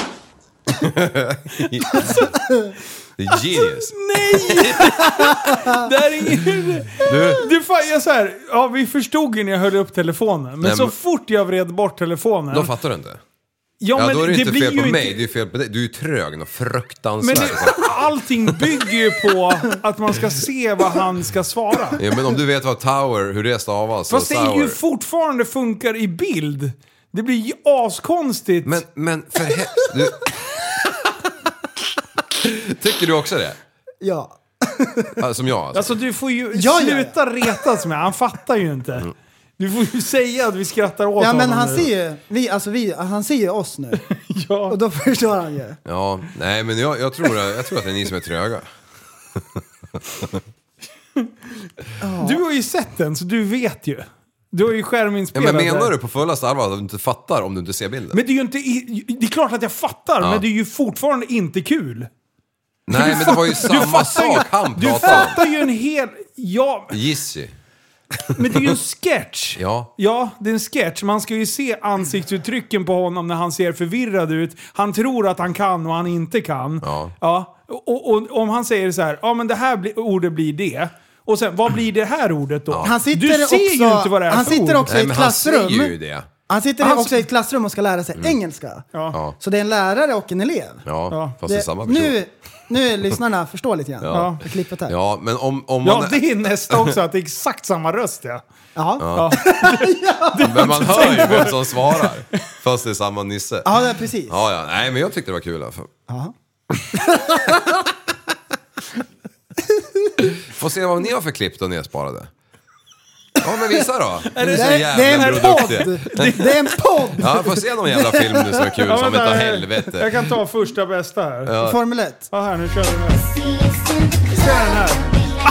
Genius. Nej! Det är ingen... Du, Du, fan, jag så här, ja, vi förstod ju när jag höll upp telefonen. Men Nej, så men- fort jag vred bort telefonen... då fattar du inte. ja, Ja, men då är det inte blir fel på ju mig, inte- det är fel på dig. Du är ju trög och Men fruktansvärd. det, allting bygger ju på att man ska se vad han ska svara. Ja, men om du vet vad tower, hur det stavas. Fast det och är ju sour. fortfarande funkar i bild. Det blir ju askonstigt. Men, men för he- du... Tycker du också det? Ja. Ja, som jag alltså. Alltså du får ju Ja, ja, ja. sluta retas med, han fattar ju inte. Du får ju säga att vi skrattar åt Ja honom men han nu. ser ju, vi, alltså vi, han ser ju oss nu. Ja. Och då förstår han ju. Ja, nej men jag, jag, tror, jag tror att det är ni som är tröga. Du har ju sett den så du vet ju. Du har ju Ja, skärminspelat men menar det. du på fullaste allvar att du inte fattar om du inte ser bilden? Men det är ju inte, i- det är klart att jag fattar, Ja. men det är ju fortfarande inte kul. Nej, men det var ju samma fattar ju- sak han Du pratade om. fattar ju en hel... Ja, Gissy. men det är ju en sketch. Ja. Ja, det är en sketch. Man ska ju se ansiktsuttrycken på honom när han ser förvirrad ut. Han tror att han kan och han inte kan. Ja. Ja. Och, och om han säger så här, ja men det här bli, ordet blir det. Och sen, vad blir det här ordet då? Han sitter du ser också, ju inte vad det är han för sitter ord. också Nej, i ett men han säger klassrum. ju det. Han sitter Han- också i ett klassrum och ska lära sig engelska. Ja. Så det är en lärare och en elev. Ja, Ja. fast det är samma person. nu, nu lyssnarna förstår lite grann. Ja. Ja. Klippet här. Ja, men om, om Ja, man... det är nästa också, att det är exakt samma röst ja. Jaha. Ja, Men man hör ju vem som svarar. Fast det är samma Nisse. ja, det är precis. Ja, ja. Nej, men jag tyckte det var kul i alla fall. Ja. Får se vad ni har för klipp då ni har sparade. Ja, men visa då. Är Du det- är så Det, jävla det är en produktiv. podd! Det är en podd! Ja, jag får se någon jävla film nu som är kul Ja, som vänta, utav jag- Jag helvete. kan ta första bästa här. Formel ett. Ja, här, nu kör vi den här. Vi kör den här.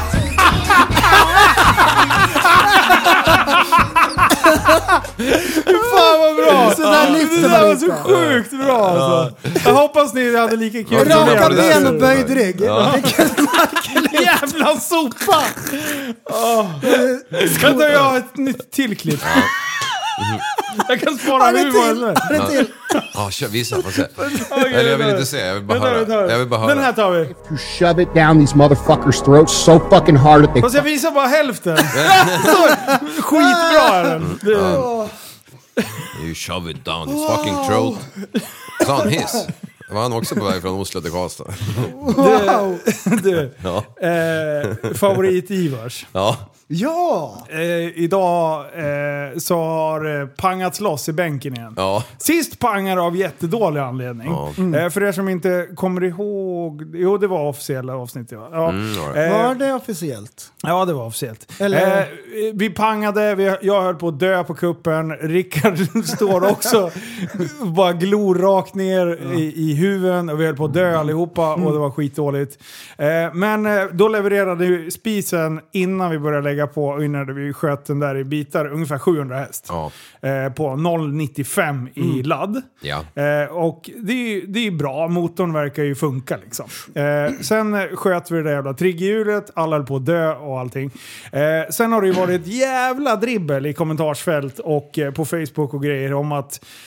Fan vad bra! Så där lyfter Det man där var så inte. sjukt bra alltså. Jag hoppas ni hade lika kul. Ja, Raka det där ben ser och du. böjd rygg. Vilken Jävla sopa! Oh. Ska inte jag ha ett nytt till klipp? Jag kan spara Har hur du många till? som helst. Har du till? Ja, vänta, visa, får se. Okej, Eller jag vill vänta. inte se, jag vill bara Vänta, höra. vänta. Jag vill bara Den höra. här tar vi. To shove it down these motherfuckers' throats so fucking hard that they Fast jag visar bara hälften. Så, skitbra är den. Det, You shove it down his fucking throat. Sa han hiss? Var han också på väg från Oslo till Karlstad? Wow! du, Ja. eh, favorit-Ivars. Ja. Ja! Eh, idag eh, så har eh, pangats loss i bänken igen. Ja. Sist pangade av jättedålig anledning. Ja. Eh, för er som inte kommer ihåg... Jo, det var officiella avsnitt. Ja, ja. Mm, ja, det. Eh, Var det officiellt? Ja, det var officielt. Eller- Eh, vi pangade, vi, jag höll på att dö på kuppen. Rickard står också och bara glor rakt ner i, i huven. Och vi höll på att dö allihopa och det var skitdåligt. Eh, men eh, då levererade ju spisen innan vi började lägga på och innan vi sköt den där i bitar ungefär sjuhundra häst. Ja. Eh, på noll komma nittiofem i ladd. Ja. Eh, och det är, ju- det är bra, motorn verkar ju funka liksom. Eh, sen eh, sköt vi det där jävla triggerhjulet, alla höll på att dö och allting. Eh, sen har det ju varit ett jävla dribbel i kommentarsfält och eh, på Facebook och grejer om att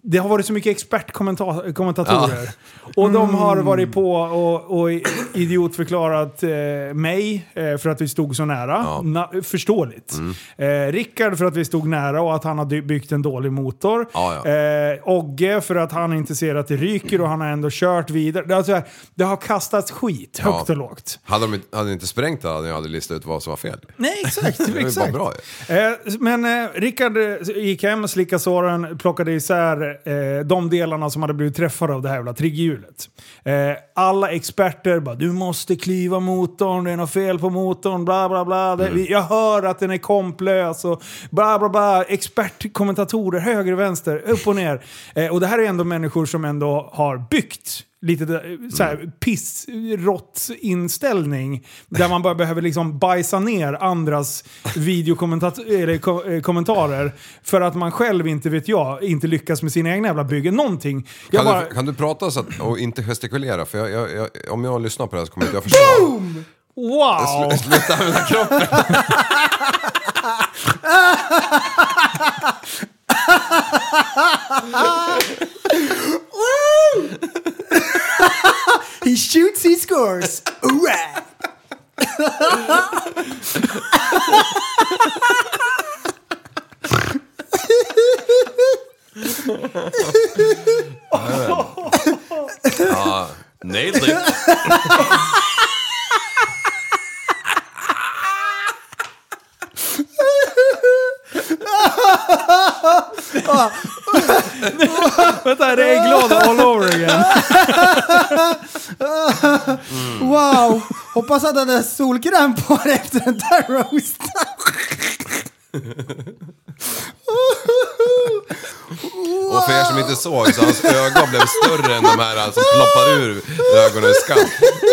det har varit så mycket expertkommentatorer. Ja. Och de har varit på och, och idiotförklarat eh, mig eh, för att vi stod så nära. Ja. Na, förståeligt. Mm. Eh, Rickard för att vi stod nära och att han har byggt en dålig motor. Ja, ja. Eh, Ogge för att han inte ser att det ryker och han har ändå kört vidare. Det, alltså, det har kastats skit, ja. högt och lågt. Hade de hade inte sprängt det när jag hade listat ut vad som var fel? Nej, exakt. det exakt. Bra, ja. eh, men eh, Rickard gick hem, slickade såren, plockade isär Eh, de delarna som hade blivit träffade av det här jävla triggerhjulet. Eh, alla experter bara, du måste klyva motorn, det är något fel på motorn, bla bla bla. Mm. Jag hör att den är komplös och bla bla bla. Expertkommentatorer, höger och vänster, upp och ner. Eh, och det här är ändå människor som ändå har byggt lite såhär pissrott inställning där man bara behöver liksom bajsa ner andras videokommentarer för att man själv inte vet jag inte lyckas med sina egna jävla byggen någonting. Kan, bara... du, kan du prata så att, och inte gestikulera för jag, jag, jag, om jag lyssnar på det här så kommer inte jag förstå. Boom! Wow! Sl- sluta använda kroppen. He shoots, he scores. Alright. Ja, nailed it. Vänta, det är glad all over again. Mm. Wow, hoppas att han hade solkräm på det efter den där roasten. Och för er som inte såg så hans ögon blev större än de här som ploppar ur ögonens skall.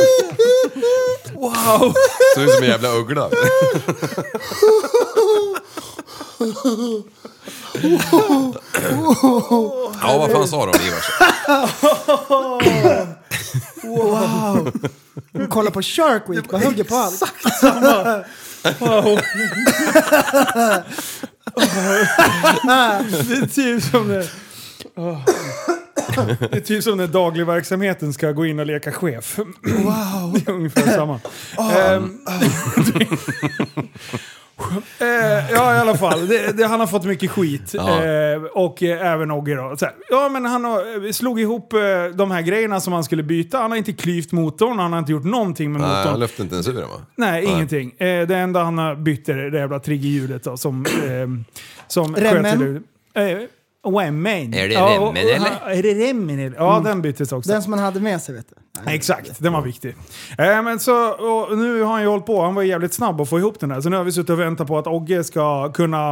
Wow. Så ut som en jävla uggla. Ja, vad fan sa de, Ivars? Wow. Kolla på Shark Week, vad hugger på allt. Exakt samma. Wow. Det är typ som det. Oh. Det är typ som när dagligverksamheten ska gå in och leka chef. Wow. Det är ungefär samma. Oh. Um, Eh, ja, i alla fall. Det, det, han har fått mycket skit. Ja. Eh, och eh, även Ogge då. Så här, ja, men han har, slog ihop eh, de här grejerna som han skulle byta. Han har inte klyvt motorn. Han har inte gjort någonting med Nej, motorn. Han lyfte inte ens ur den, va? Nej, Nej. ingenting. Eh, det enda han har bytt är det jävla triggerhjulet då. Som, eh, som Remmen? Sköter, eh, Remmen. Är det ja, remmen, eller? Är det remmen? Eller? Ja, mm. Den byttes också. Den som man hade med sig, vet du. Nej, exakt, den var viktig. Eh, men så, och nu har han ju hållit på, han var jävligt snabb att få ihop den här. Så nu har vi suttit och väntat på att Ogge ska kunna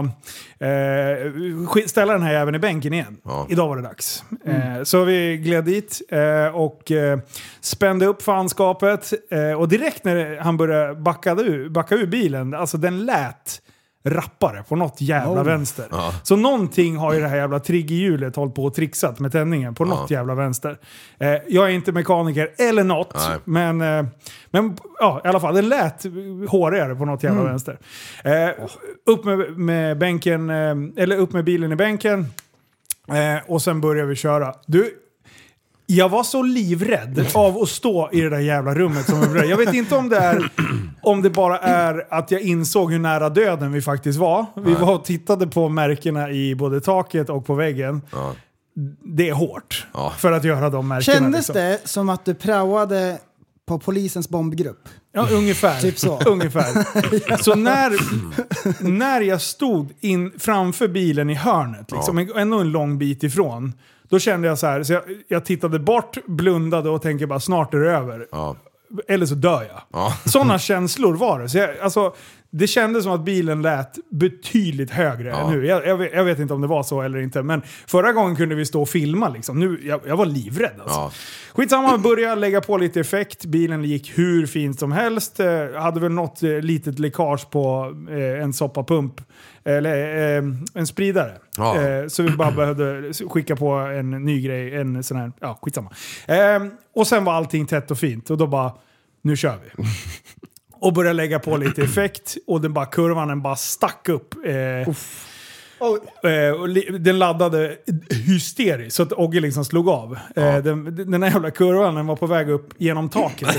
eh, ställa den här även i bänken igen. Ja. Idag var det dags. Mm. Eh, så vi gled dit eh, och eh, spände upp fanskapet. Eh, och direkt när han började backa ur, backa ur bilen, alltså den lät rappare på något jävla oh. vänster. Ja. Så någonting har ju det här jävla triggerhjulet hållit på och trixat med tändningen på ja. något jävla vänster. Eh, jag är inte mekaniker eller något, Nej. men, eh, men ja, i alla fall, det lät hårigare på något jävla mm. vänster. Eh, upp med, med bänken, eh, eller upp med bilen i bänken eh, och sen börjar vi köra. Du, jag var så livrädd av att stå i det där jävla rummet som vi började. Jag vet inte om det är om det bara är att jag insåg hur nära döden vi faktiskt var. Vi var och tittade på märkena i både taket och på väggen. Ja. Det är hårt ja. för att göra de märkena. Kändes liksom. det som att du praoade på polisens bombgrupp? Ja, ungefär. Typ så. Ungefär. Så när, när jag stod in framför bilen i hörnet, liksom, ja. ändå en lång bit ifrån, då kände jag så här, så jag, jag tittade bort, blundade och tänkte bara snart är det över. Ja. Eller så dör jag. Ja. Sådana känslor var det. Så jag, alltså, det kändes som att bilen lät betydligt högre ja. än nu. Jag, jag, vet, jag vet inte om det var så eller inte. Men förra gången kunde vi stå och filma. Liksom. Nu, jag, jag var livrädd. Alltså. Ja. Skitsamma, började lägga på lite effekt. Bilen gick hur fint som helst. Eh, hade väl något eh, litet läckage på eh, en soppapump. Eller eh, en spridare. Ja. Eh, så vi bara behövde skicka på en ny grej. En sån här, ja skitsamma. Eh, och sen var allting tätt och fint. Och då bara, nu kör vi. Och började lägga på lite effekt. Och den bara, kurvan den bara stack upp. Eh, Oh. Eh, och li- den laddade hysteriskt så att Ogge liksom slog av. Ja. Eh, den, den här jävla kurvan den var på väg upp genom taket.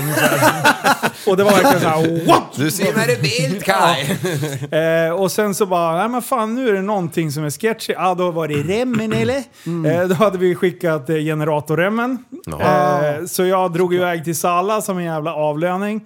Och det var verkligen såhär, what? Du ser mig det vilt, Kaj. Ja. Eh, och sen så bara, nej men fan nu är det någonting som är sketchy. Ja, ah, då var det remmen eller? Mm. Eh, då hade vi skickat eh, generatorremmen. Eh, så jag drog iväg till Sala som en jävla avlöning.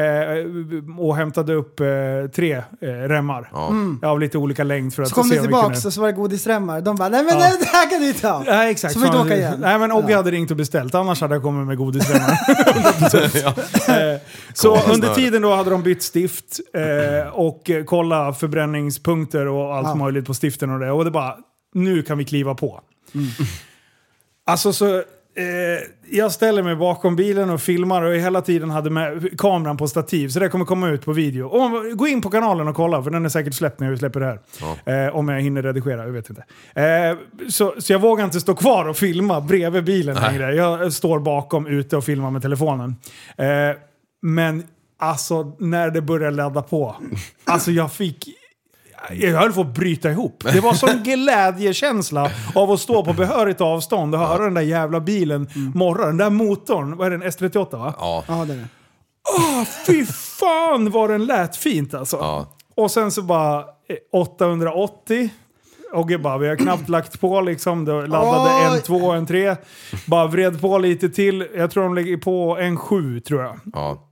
Eh, och hämtade upp eh, tre eh, remmar. Ja. Mm. Av lite olika längd för att så kom se ni tillbaka och så var det godisremmar. De bara, nej men ja. det här kan du ta. Ja, exakt. Så fick du åka igen. Nej men Ogge ja. hade ringt och beställt. Annars hade jag kommit med godisremmar. ja. eh, så Kom, under tiden då hade de bytt stift. Eh, och kolla förbränningspunkter och allt ja. möjligt på stiften och det. Och det bara, nu kan vi kliva på. Mm. Alltså så... Eh, jag ställer mig bakom bilen och filmar och hela tiden hade med kameran på stativ så det kommer komma ut på video. Och gå in på kanalen och kolla för den är säkert släppt när vi släpper det här. Ja. Eh, om jag hinner redigera, jag vet inte. Eh, så, så jag vågar inte stå kvar och filma bredvid bilen längre. Jag står bakom ute och filmar med telefonen. Eh, men alltså när det började ladda på, alltså jag fick... Jag höll på att bryta ihop. Det var sån glädjekänsla av att stå på behörigt avstånd och höra ja. den där jävla bilen mm. morra. Den där motorn, vad är den? S trettioåtta va? Ja. Ja, det är det. Åh, fy fan vad den lät fint alltså. Ja. Och sen så bara åttahundraåttio. Och bara, vi har knappt lagt på liksom. Då laddade oh. en två, en tre. Bara vred på lite till. Jag tror de lägger på en sju tror jag. Ja.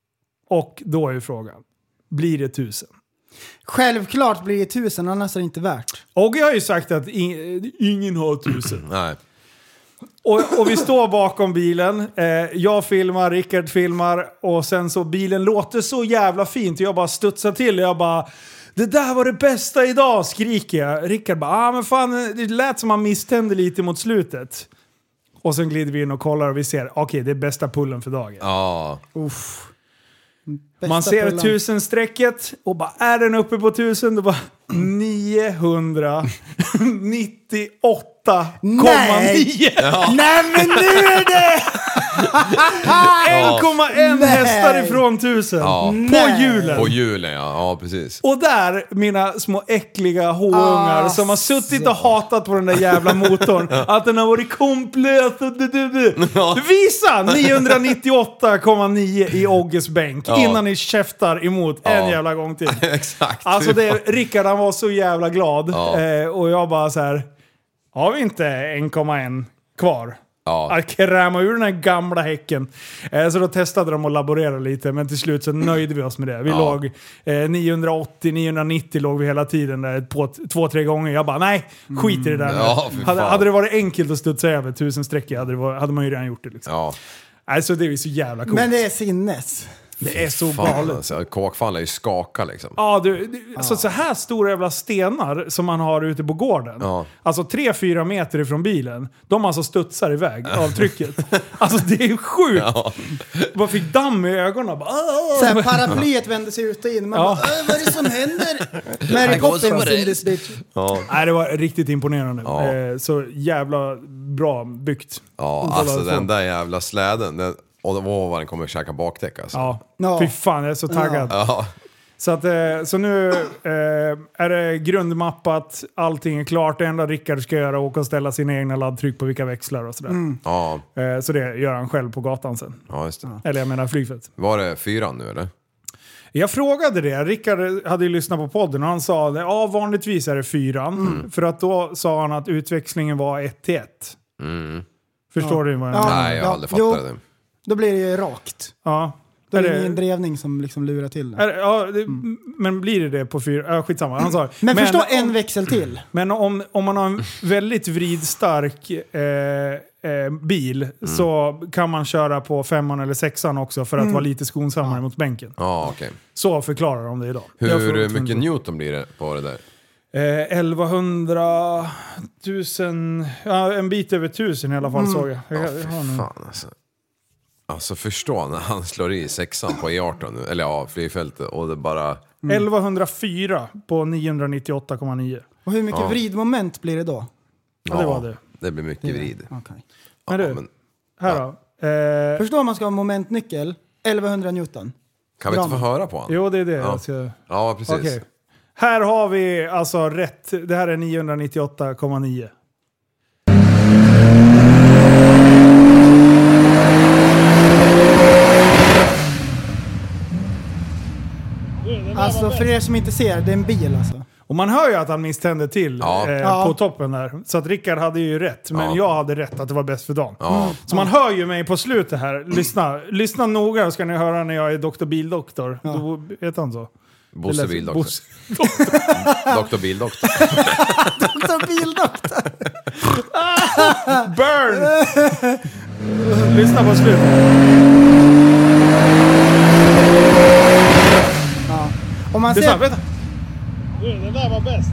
Och då är ju frågan. Blir det tusen? Självklart blir det tusen, annars är det inte värt. Och jag har ju sagt att in, ingen har tusen. Nej. Och, och vi står bakom bilen. Eh, jag filmar, Rickard filmar. Och sen så bilen låter så jävla fint. Och jag bara studsar till. Och jag bara, det där var det bästa idag, skriker jag. Rickard bara, ah men fan, det lät som man misstände lite mot slutet. Och sen glider vi in och kollar och vi ser, okej okay, det är bästa pullen för dagen. Ja. Uff. Bästa man ser pullen. Tusenstrecket och bara, är den uppe på tusen? Då bara, niohundranittioåtta komma nio. Ja. Nej men nu är det! en komma en hästar ifrån tusen. Ja. På hjulen. På hjulen, ja. Ja, precis. Och där, mina små äckliga håungar ah, som har suttit och hatat på den där jävla motorn. Att den har varit komplett. Ja. Visa niohundranittioåtta komma nio i Ogges bänk. Ja. Innan ni käftar emot ja. en jävla gång till. Exakt. Alltså det, Rickard han var så jävla glad. Ja. Eh, och jag bara så här, har vi inte en komma en kvar? Ja. Att kräma ur den här gamla häcken. Eh, så då testade de att laborera lite. Men till slut så nöjde vi oss med det. Vi ja. låg eh, niohundraåttio niohundranittio låg vi hela tiden där på två, tre gånger. Jag bara, nej, skit i det där. Mm. Ja, hade, hade det varit enkelt att studsa över tusen sträckor hade, det varit, hade man ju redan gjort det. Liksom. Ja. Alltså det är så jävla coolt. Men det är sinnes. Det är så fan, galet. Alltså, kåkfall är ju skaka liksom. Ja, du, du alltså, så här stora jävla stenar som man har ute på gården. Ja. Alltså tre fyra meter ifrån bilen. De alltså studsar iväg av trycket. Alltså det är sjukt. Ja. Man fick damm i ögonen. Bara, så här, paraplyet vände sig ut och in. Man ja. bara, vad är det som händer? Mary Poppins in this bitch. Ja. Nej, det var riktigt imponerande. Ja. Eh, så jävla bra byggt. Ja, alltså den där jävla släden. Den... Och det var vad den kommer att käka bakdäck alltså. Ja, no. Fy fan jag är så taggad. Ja. Så, att, så nu eh, är det grundmappat, allting är klart. Det enda Rickard ska göra är att åka och ställa sina egna laddtryck på vilka växlar och sådär. Mm. Ja. Eh, så det gör han själv på gatan sen. Ja, just det. Eller jag menar flygfält. Var det fyran nu eller? Jag frågade det. Rickard hade ju lyssnat på podden och han sa det. Ja, vanligtvis är det fyran. Mm. För att då sa han att utväxlingen var ett till ett. Mm. Förstår ja. du vad jag ja. menar? Nej, jag har aldrig fattat det. Då blir det ju rakt. Ja. Då är det ingen drevning som liksom lurar till det. Är, ja, det, mm. Men blir det det på fyra? Ja, skitsamma. Han sa, men, men förstå en växel till. Men om, om man har en väldigt vridstark eh, eh, bil mm. så kan man köra på femman eller sexan också för att mm. vara lite skonsammare ja. mot bänken. Ja, okej. Okay. Så förklarar de det idag. Hur mycket newton blir det på det där? Eh, elvahundra tusen, ja, en bit över tusen i alla fall mm. såg jag. jag, jag, jag ja, fan alltså. Alltså förstå när han slår i sexan på E arton nu, eller ja, flygfältet och det bara... Mm. elvahundrafyra på niohundranittioåtta komma nio. Och hur mycket ja. vridmoment blir det då? Ja, ja, det var det. Det blir mycket det vrid. Okay. Men du, ja, men, här ja. då. Eh, Förstår man ska ha momentnyckel, elvahundra newton. Kan vi inte få höra på han? Jo, det är det. Ja, jag ska... ja precis. Okay. Här har vi alltså rätt. Det här är niohundranittioåtta komma nio. Alltså för er som inte ser, det är en bil alltså. Och man hör ju att han misstände till Ja. eh, Ja. på toppen där. Så att Rickard hade ju rätt, men Ja. jag hade rätt att det var bäst för dagen. Ja. Så man hör ju mig på slutet här. Lyssna, lyssna noga, så ska ni höra när jag är doktor Bildoktor. Ja. Då vet han så. Bosse Det lät- Bildoktor. Bosse. Doktor Bildoktor. Doktor Bildoktor. Burn! Lyssna på slutet. Ja. Om man Det är så här, ser... vänta. Det där var bäst.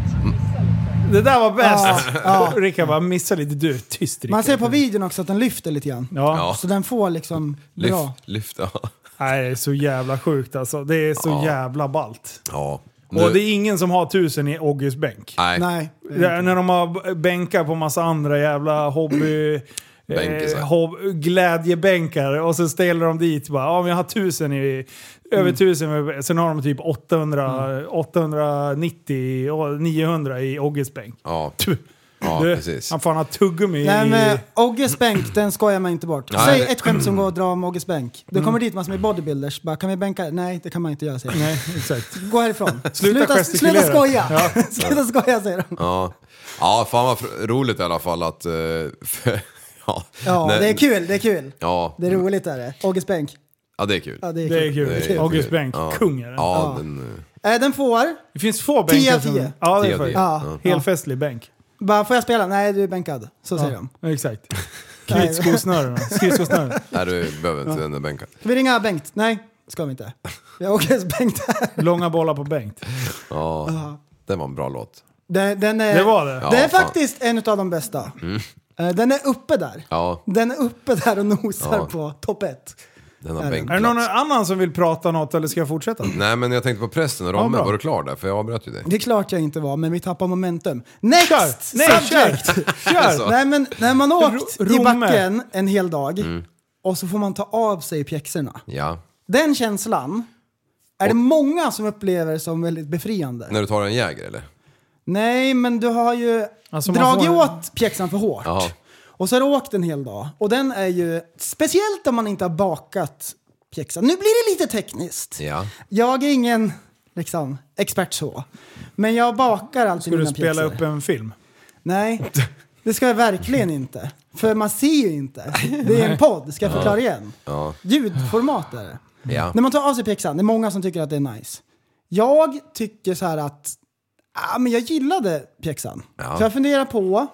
Det där var bäst. Ja, ja. Rickard bara missar lite. Du är tyst, Rickard. Man ser på videon också att den lyfter lite grann. Ja. Ja. Så den får liksom Lyft, bra. lyft, ja. Nej, det är så jävla sjukt alltså. Det är så Ja. jävla ballt. Ja. Och det är ingen som har tusen i Ogges bänk. Nej. Nej. Det är när de har bänkar på massa andra jävla hobby... Bänkisar. Eh, hob, glädjebänkar. Och så ställer de dit bara, ja men jag har tusen i... Över tusen, sen har de typ åttahundra, åttahundranittio och niohundra i Ogges bänk. Ja, Tu. ja Du, precis. Han fan har tuggummi Nej i... men Ogges bänk, den skojar man inte bort. Nej. Säg ett skämt som går att dra om Ogges bänk. Det kommer dit massor med bodybuilders. Bara, kan vi bänka? Nej, det kan man inte göra, säger de. Nej, exakt. Gå härifrån. Sluta gestikulera. sluta skoja. Ja. Sluta skoja, säger de. Ja. Ja, fan vad fr- roligt i alla fall att... eh, för, ja, Ja, Nej, det är kul, det är kul. Ja, Det är roligt är det. Ogges bänk. ja, det är kul. Ja, det är Det är kul. kul. Det är August kul. Bänk, Ja. kung är den. Ja, Ja. den... eh, Eh, Den får, Det finns få tio bänkar av som... tio. Ja, det tio är av för. tio. Ja. Helt festlig bänk. bara, får jag spela? Nej, du är bänkad. Så säger de. Ja, exakt. Knyt skosnörena. Skridskosnörena. Nej, du behöver inte den där bänken. Ska vi ringa Bengt? Nej, ska vi inte. Vi har Ogges Bengt här. Långa bollar på Bengt. Ja, det var en bra låt. Den, den är, Det var det. det Ja, är fan. faktiskt en av de bästa. Mm. Eh, Den är uppe där. Ja, Den är uppe där och nosar Ja. på topp ett. den har Är det? Är det någon bänkplats. annan som vill prata något eller ska jag fortsätta? Nej, men jag tänkte på prästen och Romme. bra. Var du klar där? För jag avbröt ju dig. Det är klart jag inte var, men vi tappar momentum. Next! Kör! Nej, Subject! kör! Kör! Så. Nej, men när man har åkt Ro- i Romme. backen en hel dag Mm. och så får man ta av sig pjäxorna. Ja. Den känslan är det många som upplever som väldigt befriande. När du tar en Jäger, eller? Nej, men du har ju Alltså, man dragit får- åt pjäxan för hårt. Jaha. Och så har du åkt en hel dag. Och den är ju, speciellt om man inte har bakat pjäxan. Nu blir det lite tekniskt. Ja. Jag är ingen liksom, expert så. Men jag bakar alltid Ska du mina spela pjäxor. upp en film? Nej, det ska jag verkligen inte. För man ser ju inte. Det är en podd, ska jag förklara igen. Ja. Ljudformat är det. Ja. När man tar av sig pjäxan, det är många som tycker att det är nice. Jag tycker så här att ah, men jag gillade pjäxan. Ja. Så jag funderar på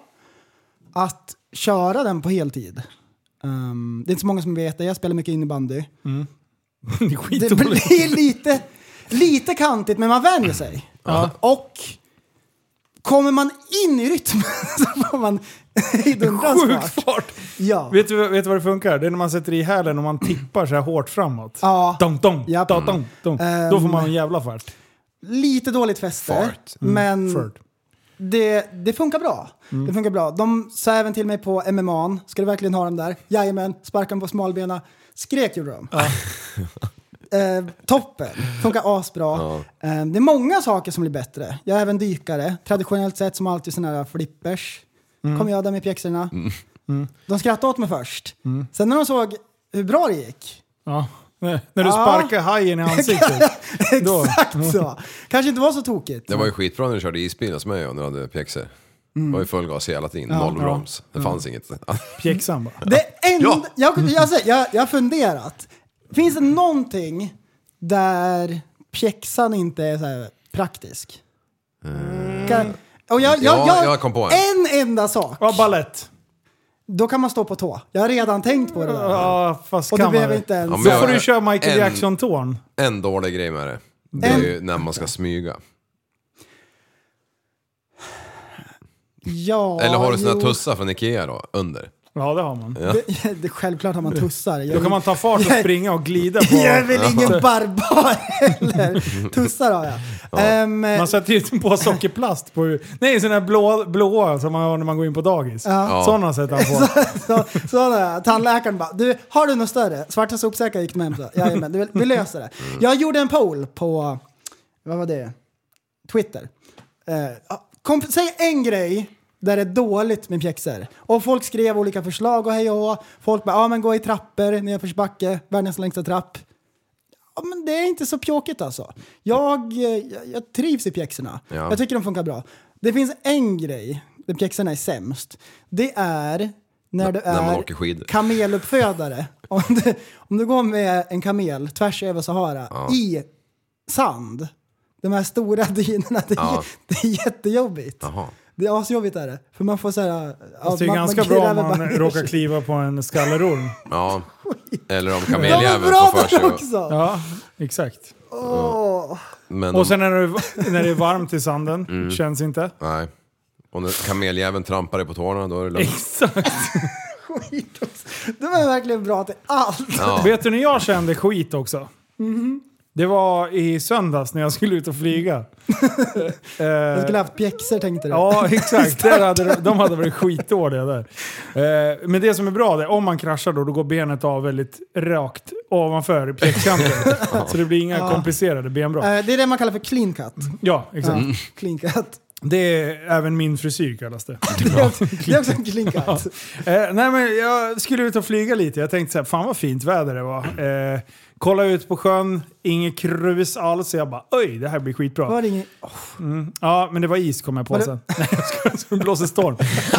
att köra den på heltid. Um, det är inte så många som vet det. Jag spelar mycket innebandy. Det är Det skitdåligt. blir lite, lite kantigt, men man vänjer sig. Och kommer man in i rytmen så får man i dundrans Sjukt fart. fart! Ja. Vet du, vet du vad det funkar? Det är när man sätter i hälen och man tippar så här hårt framåt. Ja. Dong, dong, Japp. dong, dong, dong. Ehm. Då får man en jävla fart. Lite dåligt fäste, Fart. men Fart. det, det funkar bra. Det funkar bra. De sa även till mig på M M A, ska du verkligen ha dem där? Jajamän, sparkan på smalbena. Skrek gjorde de. Eh, toppen, funkar asbra. Ja. Eh, det är många saker som blir bättre. Jag är även dykare. Traditionellt sett som alltid såna här flippers. Kom jag där med pjäxorna. De skrattade åt mig först. Sen när de såg hur bra det gick. Ja. När när du Ja. sparkar hajen i ansiktet. Då. Exakt så. Kanske inte var så tokigt. Det var ju skitbra när du körde isbil hos mig och när du hade pjäxor. Det var ju full gas hela tiden, noll Ja. broms. Det fanns inget. Pjäxan bara. Det enda, Ja. jag, jag, säger, jag, jag har funderat. Finns det någonting där pjäxan inte är så här praktisk? Kan, och jag, jag, Ja, jag, jag kom på en. en enda sak. Ja, ballett. Då kan man stå på tå. Jag har redan tänkt på det där. Ja, fast Och kan du man behöver det? inte ens... Ja, men Då jag- får du köra Michael en- Jackson-tån. En dålig grej med det. Det är En- ju när man ska smyga. Ja, Eller har du såna jo. tussar från Ikea då, under? Ja, det har man. Ja. Det, det, självklart har man tussar. Jag, Då kan man ta fart och springa och glida på... jag är väl ingen barbar heller. Tussar har jag. Ehm, Man sätter ju på sockerplast på... Nej, sådana här blå, blåa som man har när man går in på dagis. Ja. Sådana sätter han på. så, så där, tandläkaren bara, du, har du något större? Svarta sopsäckar gick med hem så. Jajamän, vi, vi löser det. Jag gjorde en poll på, vad var det? Twitter. Eh, kom, säg en grej där det är dåligt med pjäxor. Och folk skrev olika förslag och hej och hå. Folk bara, ja men gå i trappor, nedförsbacke, världens längsta trapp. Ja men det är inte så pjåkigt alltså. Jag, jag, jag trivs i pjäxorna. Ja. Jag tycker de funkar bra. Det finns en grej där pjäxorna är sämst. Det är när du är kameluppfödare. om, du, om du går med en kamel tvärs över Sahara ja. i sand. De här stora dynorna, det, ja. det är jättejobbigt. Aha. Det är asjobbigt är det. För man får säga... Ja, det är man, ganska man bra om man råkar kliva på en skallerorm. Ja, eller om kameljäveln får för sig. Också. Ja, exakt. Oh. Men och sen när det, när det är varmt i sanden, mm. känns inte. Nej. Och när kameljäveln trampar dig på tårna, då är det lugnt. Exakt. Skit också. Det var verkligen bra till allt. Ja. Vet du när jag kände skit också? Mm. Det var i söndags när jag skulle ut och flyga. Jag skulle haft pjäxor, tänkte du. Ja, exakt. Där hade, de hade varit skitdåliga där. Men det som är bra är om man kraschar då, då går benet av väldigt rakt ovanför pjäxkanten. Så det blir inga ja. komplicerade benbrott. Det är det man kallar för clean cut. Ja, exakt. Mm. Clean cut. Det är även min frisyr kallas det. Det är också, det är också en clean cut. Ja. Eh, nej men jag skulle ut och flyga lite. Jag tänkte så här, fan vad fint väder det var. Eh, kolla ut på sjön, ingen krus alls. Så jag bara, oj, det här blir skitbra. Var det ingen... oh. mm. Ja, men det var is kom jag på var sen. Det... Nej, jag ska, så det blåser storm.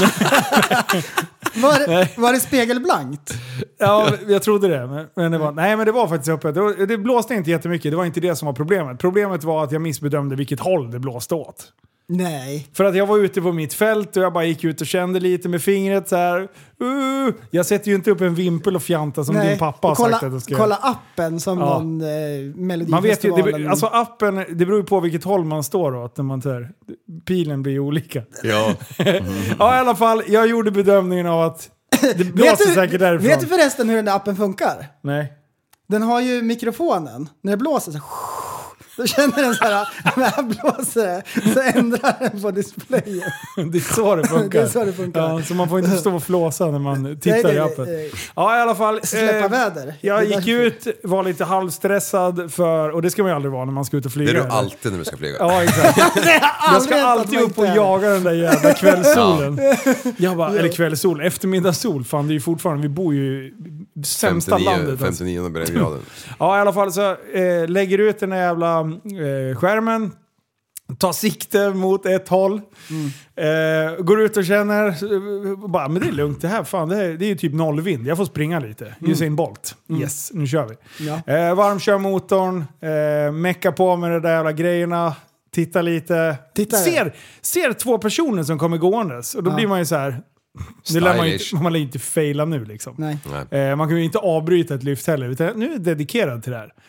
var, det, var det spegelblankt? Ja, jag trodde det. Men, men det var, nej, men det var faktiskt öppet. Det, var, det blåste inte jättemycket. Det var inte det som var problemet. Problemet var att jag missbedömde vilket håll det blåste åt. Nej. För att jag var ute på mitt fält och jag bara gick ut och kände lite med fingret så här. Uh, jag sätter ju inte upp en vimpel och fjanta som Nej. din pappa har kolla, sagt att jag ska kolla appen som ja. någon eh, Melodifestivalen. Man vet ju, det, alltså appen, det beror ju på vilket håll man står åt när man tar. Pilen blir olika. Ja. Mm. Ja, i alla fall, jag gjorde bedömningen av att det blåser du, säkert därifrån. Vet du förresten hur den där appen funkar? Nej. Den har ju mikrofonen. När det blåser så då känner den så här, när jag blåser det, så ändrar den på displayen. Det är så det funkar. Det är så det funkar. Ja, så man får inte stå och flåsa när man tittar nej, nej, i appen. Nej, nej. Ja, i alla fall. Släppa eh, väder. Jag gick ut, var lite halvstressad för, och det ska man ju aldrig vara när man ska ut och flyga. Det är du alltid när du ska flyga. Ja, exakt. Jag ska alltid upp och jaga den där jävla kvällssolen. Ja. Jag bara, eller kvällssol, eftermiddagssol. Fan, det är ju fortfarande, vi bor ju i sämsta femtionio, landet. femtionio breddgraden. Ja, i alla fall så eh, lägger ut den där jävla eh, skärmen, tar sikte mot ett håll, mm. eh, går ut och känner eh, bara, men det är lugnt det här, fan, det, är, det är ju typ nollvind, jag får springa lite, mm. Usain Bolt, mm. yes, nu kör vi. Ja. Eh, varmkör motorn, eh, mecka på med de där jävla grejerna, titta lite, titta ser, ser två personer som kommer gåendes och då ja. blir man ju så här. Nu lär man, inte, man lär inte faila nu liksom. Nej. Eh, man kan ju inte avbryta ett lyft heller, utan nu är jag dedikerad till det här.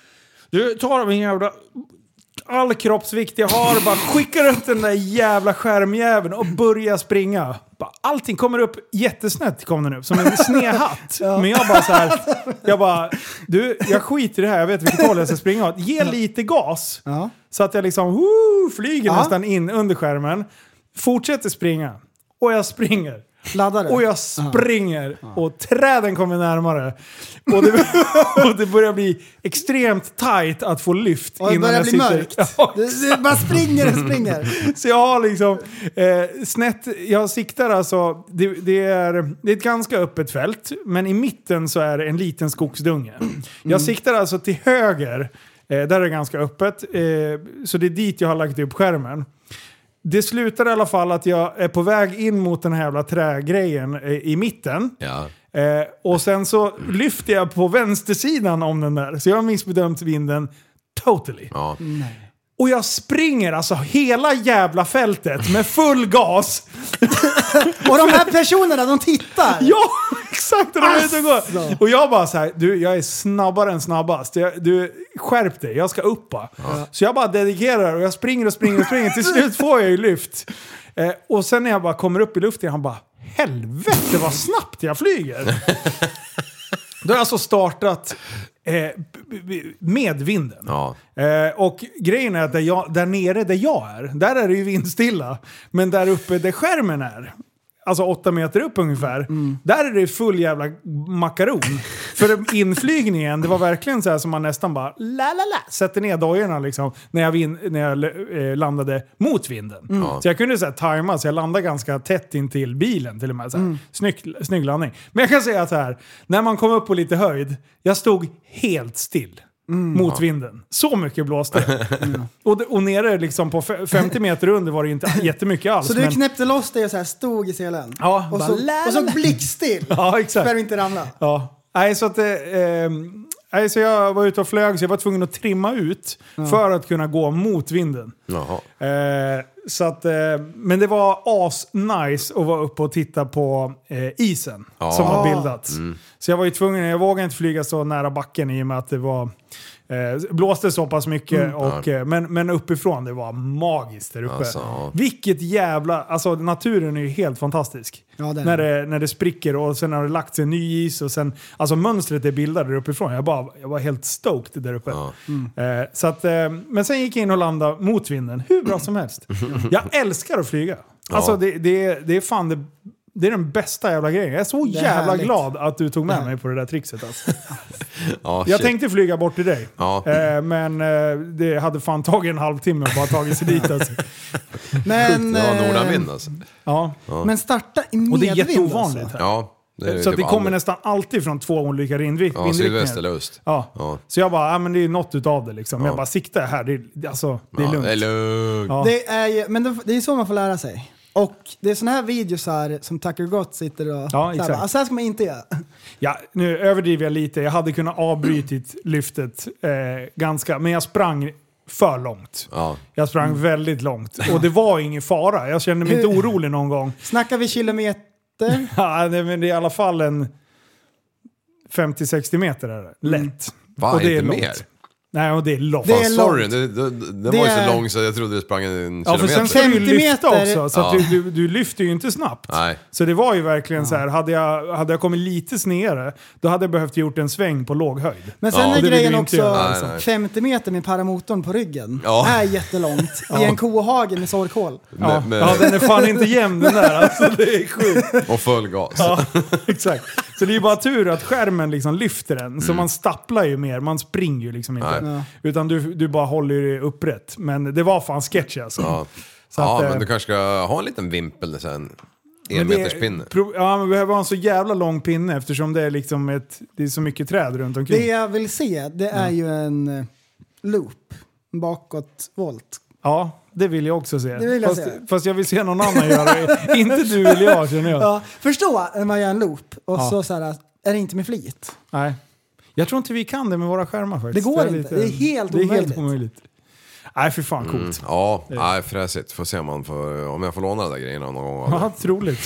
Du tar min jävla all kroppsvikt jag har, bara skickar upp den där jävla skärmjäveln och börjar springa. Allting kommer upp jättesnett, kom den upp som en snedhatt. Ja. Men jag bara så här, jag bara, du, jag skiter i det här, jag vet vilket håll jag ska springa åt. Ge lite gas, ja. Så att jag liksom woo, flyger ja. nästan in under skärmen. Fortsätter springa. Och jag springer. Laddare. Och jag springer. Ja. Och träden kommer närmare. Och det, och det börjar bli extremt tajt att få lyft. Och det innan börjar jag bli sitter. mörkt. Ja. Det, det bara springer och springer. Så jag har liksom eh, snett, jag siktar alltså, det, det, är, det är ett ganska öppet fält. Men i mitten så är det en liten skogsdunge. Mm. Jag siktar alltså till höger. Eh, där är det ganska öppet. Eh, så det är dit jag har lagt upp skärmen. Det slutar i alla fall att jag är på väg in mot den här jävla trägrejen i mitten. Ja. Eh, och sen så lyfter jag på vänstersidan om den där. Så jag har missbedömt vinden totally. Ja. Nej. Och jag springer alltså hela jävla fältet med full gas. Och de här personerna, de tittar. Ja, exakt. Och, de är ute och, går. Och jag bara så här, du, jag är snabbare än snabbast. Jag, du, skärp dig, jag ska upp bara. Ja. Så jag bara dedikerar och jag springer och springer och springer. Till slut får jag ju lyft. Eh, och sen när jag bara kommer upp i luften, han bara, helvete vad snabbt jag flyger. Då har jag alltså startat eh, med vinden. Ja. Eh, och grejen är att där, jag, där nere där jag är, där är det ju vindstilla. Men där uppe där skärmen är, alltså åtta meter upp ungefär. Mm. Där är det full jävla makaron. För inflygningen, det var verkligen så här som man nästan bara la la la sätter ner dojorna liksom när jag, vin, när jag eh, landade mot vinden. Mm. Så jag kunde så här tajma, så jag landade ganska tätt in till bilen till och med. Så här. Mm. Snygg, snygg landning. Men jag kan säga så här, när man kom upp på lite höjd, jag stod helt still. Mm. Mot vinden. Så mycket blåste. Mm. och, och nere liksom på femtio meter under var det inte jättemycket alls. Så du men... knäppte loss det och så här stod i selen? Ja. Och så, och så blickstill. Ja, exakt. För att inte ramla. Ja. Nej, så att eh, nej, så jag var ute och flög, så jag var tvungen att trimma ut ja. för att kunna gå mot vinden. Eh, så att, eh, men det var as nice att vara uppe och titta på eh, isen ja. som har bildats. Mm. Så jag var ju tvungen, jag vågade inte flyga så nära backen i och med att det var eh, blåste så pass mycket. Mm. Och, eh, men, men uppifrån, det var magiskt där uppe. Alltså. Vilket jävla, alltså naturen är ju helt fantastisk. Ja, det när, det, när det spricker och sen har det lagt sig en ny is och sen, alltså mönstret är bildat där uppifrån. Jag, bara, jag var helt stoked där uppe. Ja. Mm. Eh, så att, eh, men sen gick jag in och landade mot vinden. Hur bra som helst. Jag älskar att flyga. Ja. Alltså det, det, det är fan det, det är den bästa jävla grejen. Jag är så är jävla härligt. glad att du tog med ja. mig på det där trixet. Alltså. ja, jag tänkte flyga bort till dig. Ja. Eh, men eh, det hade fan tagit en halvtimme och bara tagit sig dit. Alltså. Men, det var nordavind alltså. Ja. ja. Men starta i medvind. Och det är jätteovanligt alltså. här. Ja. Det så det det kommer aldrig. nästan alltid från två olika vindriktningar. Ja, sydväst eller öst. Ja. ja. Så jag bara, ja men det är något utav det liksom. Ja. Jag bara, sikta här, det är, alltså, det är ja, lugnt. Det är lugnt. Ja. Det är ju, men det är så man får lära sig. Och det är såna här videos här som Tucker Gott sitter och... Ja, exakt. Bara, alltså här ska man inte göra. Ja, nu överdriver jag lite. Jag hade kunnat avbrytit lyftet eh, ganska, men jag sprang för långt. Ja. Jag sprang mm. väldigt långt. Och det var ingen fara. Jag kände mig inte orolig någon gång. Snackar vi kilometer? Ja, det, men det är i alla fall en femtio sextio meter är det. Lätt. Mm. Va, och det inte är långt. mer? Nej, och det är långt. Det är sorry, det, det, det, det var ju så långt så jag trodde det sprang en ja, kilometer. Ja, för sen ska du lyfta också. Så ja. att du, du, du lyfter ju inte snabbt. Nej. Så det var ju verkligen ja. så här, hade jag, hade jag kommit lite snedare, då hade jag behövt gjort en sväng på låg höjd. Men sen ja. är grejen också, göra, nej, nej. femtio meter med paramotorn på ryggen. Ja. Är jättelångt. ja. I en kohage med sorkhål. Ja. Men, men... ja, den är fan inte jämn den där. Alltså, det är sjukt. Och full gas. Ja, exakt. Så det är ju bara tur att skärmen liksom lyfter den. Så mm. man stapplar ju mer, man springer ju liksom inte. Ja. Utan du, du bara håller det upprätt. Men det var fan sketchy alltså. Ja, så ja att, men du kanske ska ha en liten vimpel sen. En meters pinne. Ja, men vi behöver ha en så jävla lång pinne eftersom det är liksom ett, det är så mycket träd runt omkring. Det jag vill se, det är mm. ju en loop. Bakåtvolt. Ja, det vill jag också se. Det vill jag fast, se. fast jag vill se någon annan göra det. Inte du eller jag, känner jag. Ja, förstå när man gör en loop och ja. så, så här, är det inte med flit. Nej. Jag tror inte vi kan det med våra skärmar faktiskt. Det går det inte. Lite, det är helt det är omöjligt. Helt omöjligt. Nej, för fan coolt. Mm, ja, nej, fräsigt. Får se om, man får, om jag får låna de där grejerna någon gång. Ja, troligt.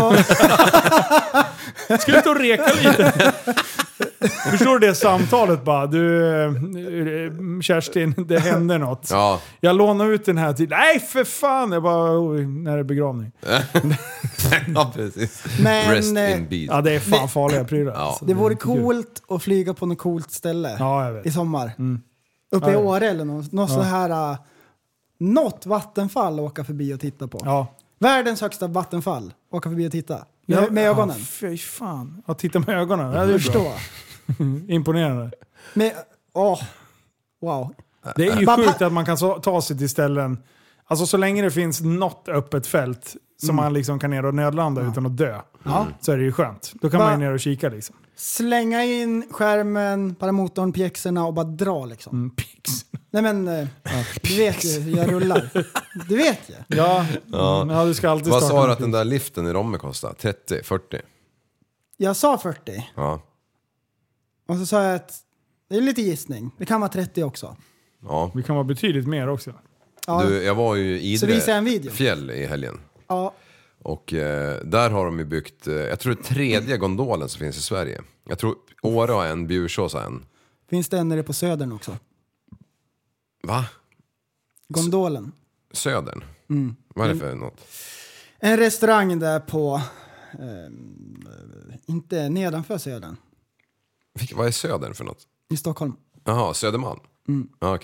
Skulle inte och reka lite. Förstår du det samtalet bara? Du, Kerstin, det händer något. Ja. Jag lånar ut den här till... Nej, för fan! Jag bara, oj, när är det begravning? Ja, precis. Men, Rest in peace. Ja, det är fan farliga prylar. Ja. Det vore coolt att flyga på något coolt ställe ja, jag vet. i sommar. Mm. Uppe ja, i Åre eller något, något ja. så här... Uh, något vattenfall åka förbi och titta på. Ja. Världens högsta vattenfall. Åka förbi och titta. Med, ja, med ögonen. Ja, fy fan. Ja, titta med ögonen. Ja, det är förstå. Bra. Imponerande. Med, åh, wow. Det är ju sjukt att man kan så, ta sig till ställen. Alltså så länge det finns något öppet fält som mm. man liksom kan ner och nödlanda ja. utan att dö. Mm. Så är det ju skönt. Då kan ba- man ju ner och kika liksom. Slänga in skärmen, paramotorn, pjäxorna och bara dra liksom. Mm, pix. Nej men, ja, du vet ju, jag rullar. Du vet ju. Ja, ja. Mm, ja du ska alltid Vad starta. sa du att den där liften i Romme kostar? trettio, fyrtio? Jag sa fyrtio. Ja. Och så sa jag att det är lite gissning. Det kan vara trettio också. Ja. Det kan vara betydligt mer också. Ja. Du, jag var ju i Idre fjäll i helgen. Ja. Och eh, där har de ju byggt, eh, jag tror det tredje gondolen som finns i Sverige. Jag tror Åre har en, Bjursås har en. Finns det en nere på Södern också? Va? Gondolen. S- Södern? Mm. Vad är det för något? En restaurang där på, eh, inte nedanför Södern. Vilka, vad är Södern för något? I Stockholm. Jaha, Södermalm? Mm. Ja, okej. Okay.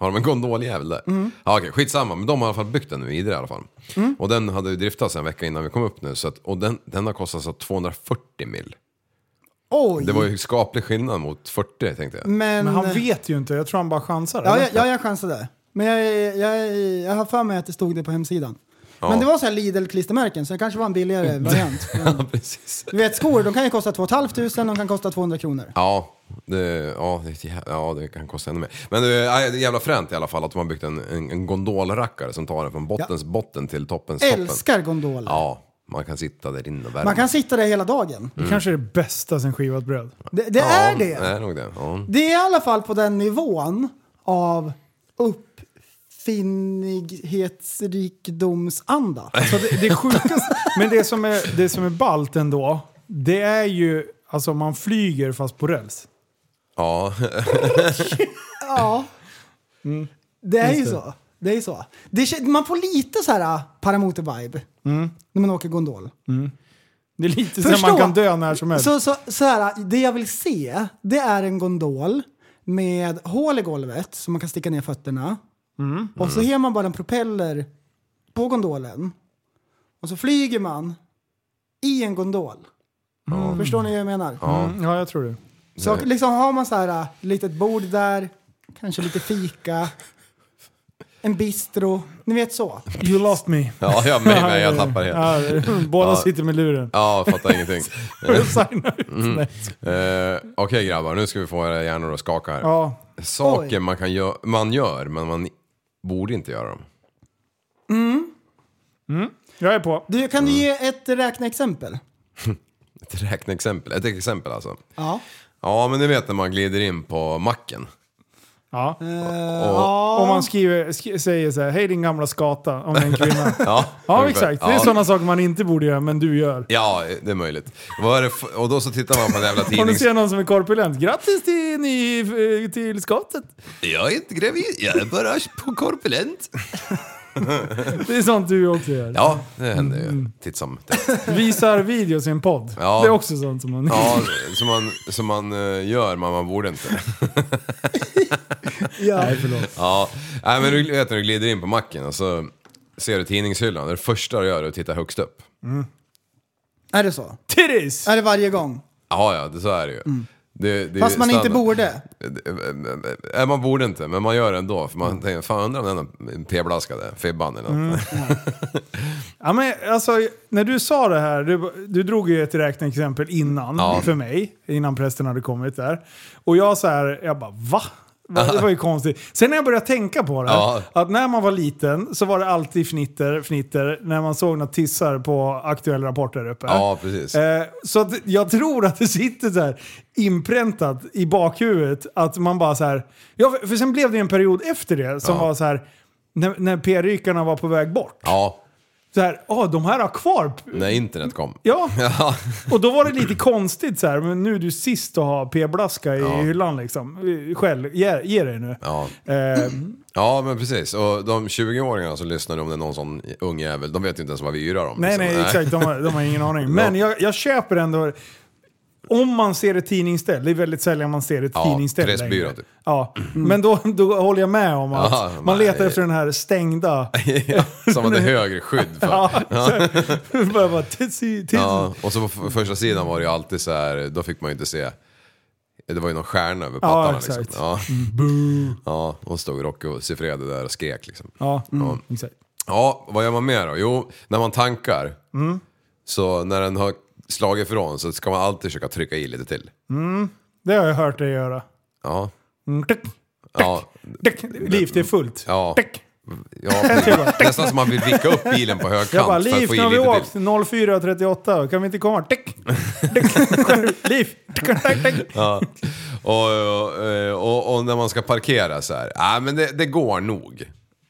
Har de en gondoljävel där? Mm. Ja, okej, skitsamma. Men de har i alla fall byggt den nu vidare i alla fall. Mm. Och den hade ju driftats en vecka innan vi kom upp nu. Så att, och den, den har kostat så tvåhundrafyrtio mil. Oj. Det var ju skaplig skillnad mot fyrtio, tänkte jag. Men, Men han vet ju inte, jag tror han bara chansar. Ja, eller? jag, ja, jag chansade. Men jag, jag, jag har för mig att det stod det på hemsidan. Ja. Men det var så här Lidl-klistermärken, så det kanske var en billigare variant. Ja, precis. Du vet, skor, de kan ju kosta två tusen fem hundra, de kan kosta tvåhundra kronor. Ja, det, ja, det, ja, det kan kosta ännu mer. Men det är, det är jävla fränt i alla fall att de har byggt en, en, en gondolrackare som tar den från bottens ja. botten till toppens toppen. Älskar gondoler. Ja, man kan sitta där inne och värma. Man kan sitta där hela dagen. Mm. Det kanske är det bästa sen skivat bröd. Det, det ja, är det. Det är nog det. Ja. Det är i alla fall på den nivån av uppfinnighetsrikdomsanda. Alltså det, det sjukaste, men det som är, det som är ballt ändå, det är ju, alltså man flyger fast på räls. Ja. Ja. Mm. Det är ju så. Det är så. Det, man får lite så här paramotor-vibe mm. när man åker gondol. Mm. Det är lite så man kan dö när som helst. Så, så, så här, det jag vill se, det är en gondol med hål i golvet så man kan sticka ner fötterna. Mm. Och så har man bara en propeller på gondolen. Och så flyger man i en gondol. Mm. Förstår ni vad jag menar? Ja, mm. ja jag tror det. Så liksom har man så här litet bord där, kanske lite fika, en bistro, ni vet så. You lost me. Ja, jag med mig, jag tappar helt. Ja, båda ja. sitter med luren. Ja, fattar ingenting. mm. mm. uh, Okej okay, grabbar, nu ska vi få era hjärnor att skaka här. Ja. Saker man, kan gö- man gör, men man borde inte göra dem. Mm. Mm. Jag är på. Du, kan du ge ett räkneexempel? Ett räkneexempel? Ett exempel alltså? Ja. Ja, men ni vet när man glider in på macken. Ja. Uh, och, och man skriver, sk- säger så här: hej din gamla skata, om en kvinna. ja, ja, exakt. Det är ja. sådana saker man inte borde göra, men du gör. Ja, det är möjligt. Vad är det f- och då så tittar man på en jävla tidning. Om du ser någon som är korpulent, grattis till, ni, till skottet. Jag är inte gravid, jag är bara på korpulent. Det är sånt du också gör. Ja, det händer ju titt som tätt. Visar videos i en podd. Ja. Det är också sånt som man... Ja, som man, som man uh, gör, men man borde inte. Ja. Nej, förlåt. Ja, nej, men du vet när du glider in på macken och så ser du tidningshyllan. Det första du gör är att titta högst upp. Mm. Är det så? Titties! Är det varje gång? Ja, ja, det, så är det ju. Mm. Det, det Fast man standard. inte borde. Nej, man borde inte, men man gör det ändå. För man tänker, fan undrar om den p-blaskade fibban eller något. Mm. Ja, men alltså, när du sa det här, du, du drog ju ett räkneexempel innan ja. för mig, innan prästen hade kommit där. Och jag så här, jag bara, va? Det var ju konstigt. Sen när jag började tänka på det, ja. att när man var liten så var det alltid fnitter, fnitter när man såg något tissar på aktuell rapport där uppe. Ja, precis. Eh, så att jag tror att det sitter så här inpräntat i bakhuvudet att man bara så här, ja, för sen blev det en period efter det som ja. var så här, när, när p-rykarna var på väg bort. Ja. Så här, åh, oh, de här har kvar. När internet kom. Ja. ja, och då var det lite konstigt så här, men nu är du sist att ha p-blaska i ja. hyllan liksom. Själv, ge, ge dig nu. Ja. Eh. ja, men precis. Och de tjugo-åringarna som lyssnar, om det är någon sån ung jävel, de vet ju inte ens vad vi yrar om. Nej, liksom. nej, exakt. De har, de har ingen aning. Men jag, jag köper ändå... Om man ser ett tidningsställ, det är väldigt sällan man ser ett ja, tidningsställ längre. Typ. Ja, mm. Men då, då håller jag med om att ja, man letar nej. efter den här stängda... ja, som hade högre skydd för. Ja, ja. bara, bara, tissi, tissi. Ja, och så på första sidan var det ju alltid så här, då fick man ju inte se... Det var ju någon stjärna över pattarna. Ja, liksom. Ja, mm. ja, och stod Rocky och Sifredi där och skrek liksom. Ja, mm. ja. exakt. Ja, vad gör man mer då? Jo, när man tankar, mm. så när den har slagit ifrån så ska man alltid försöka trycka i lite till. Mm. Det har jag hört dig göra. Ja. Mm. Tick, ja. Tick. Liv, det är fullt. Ja. Tick. Ja, nästan som man vill vicka upp bilen på högkant. Jag bara, Liv, för att få i när vi lite åkt till. noll fyra trettioåtta, kan vi inte komma? Tick. Liv. Ja. Och, och, och, och när man ska parkera så här, ja, men det, det går nog.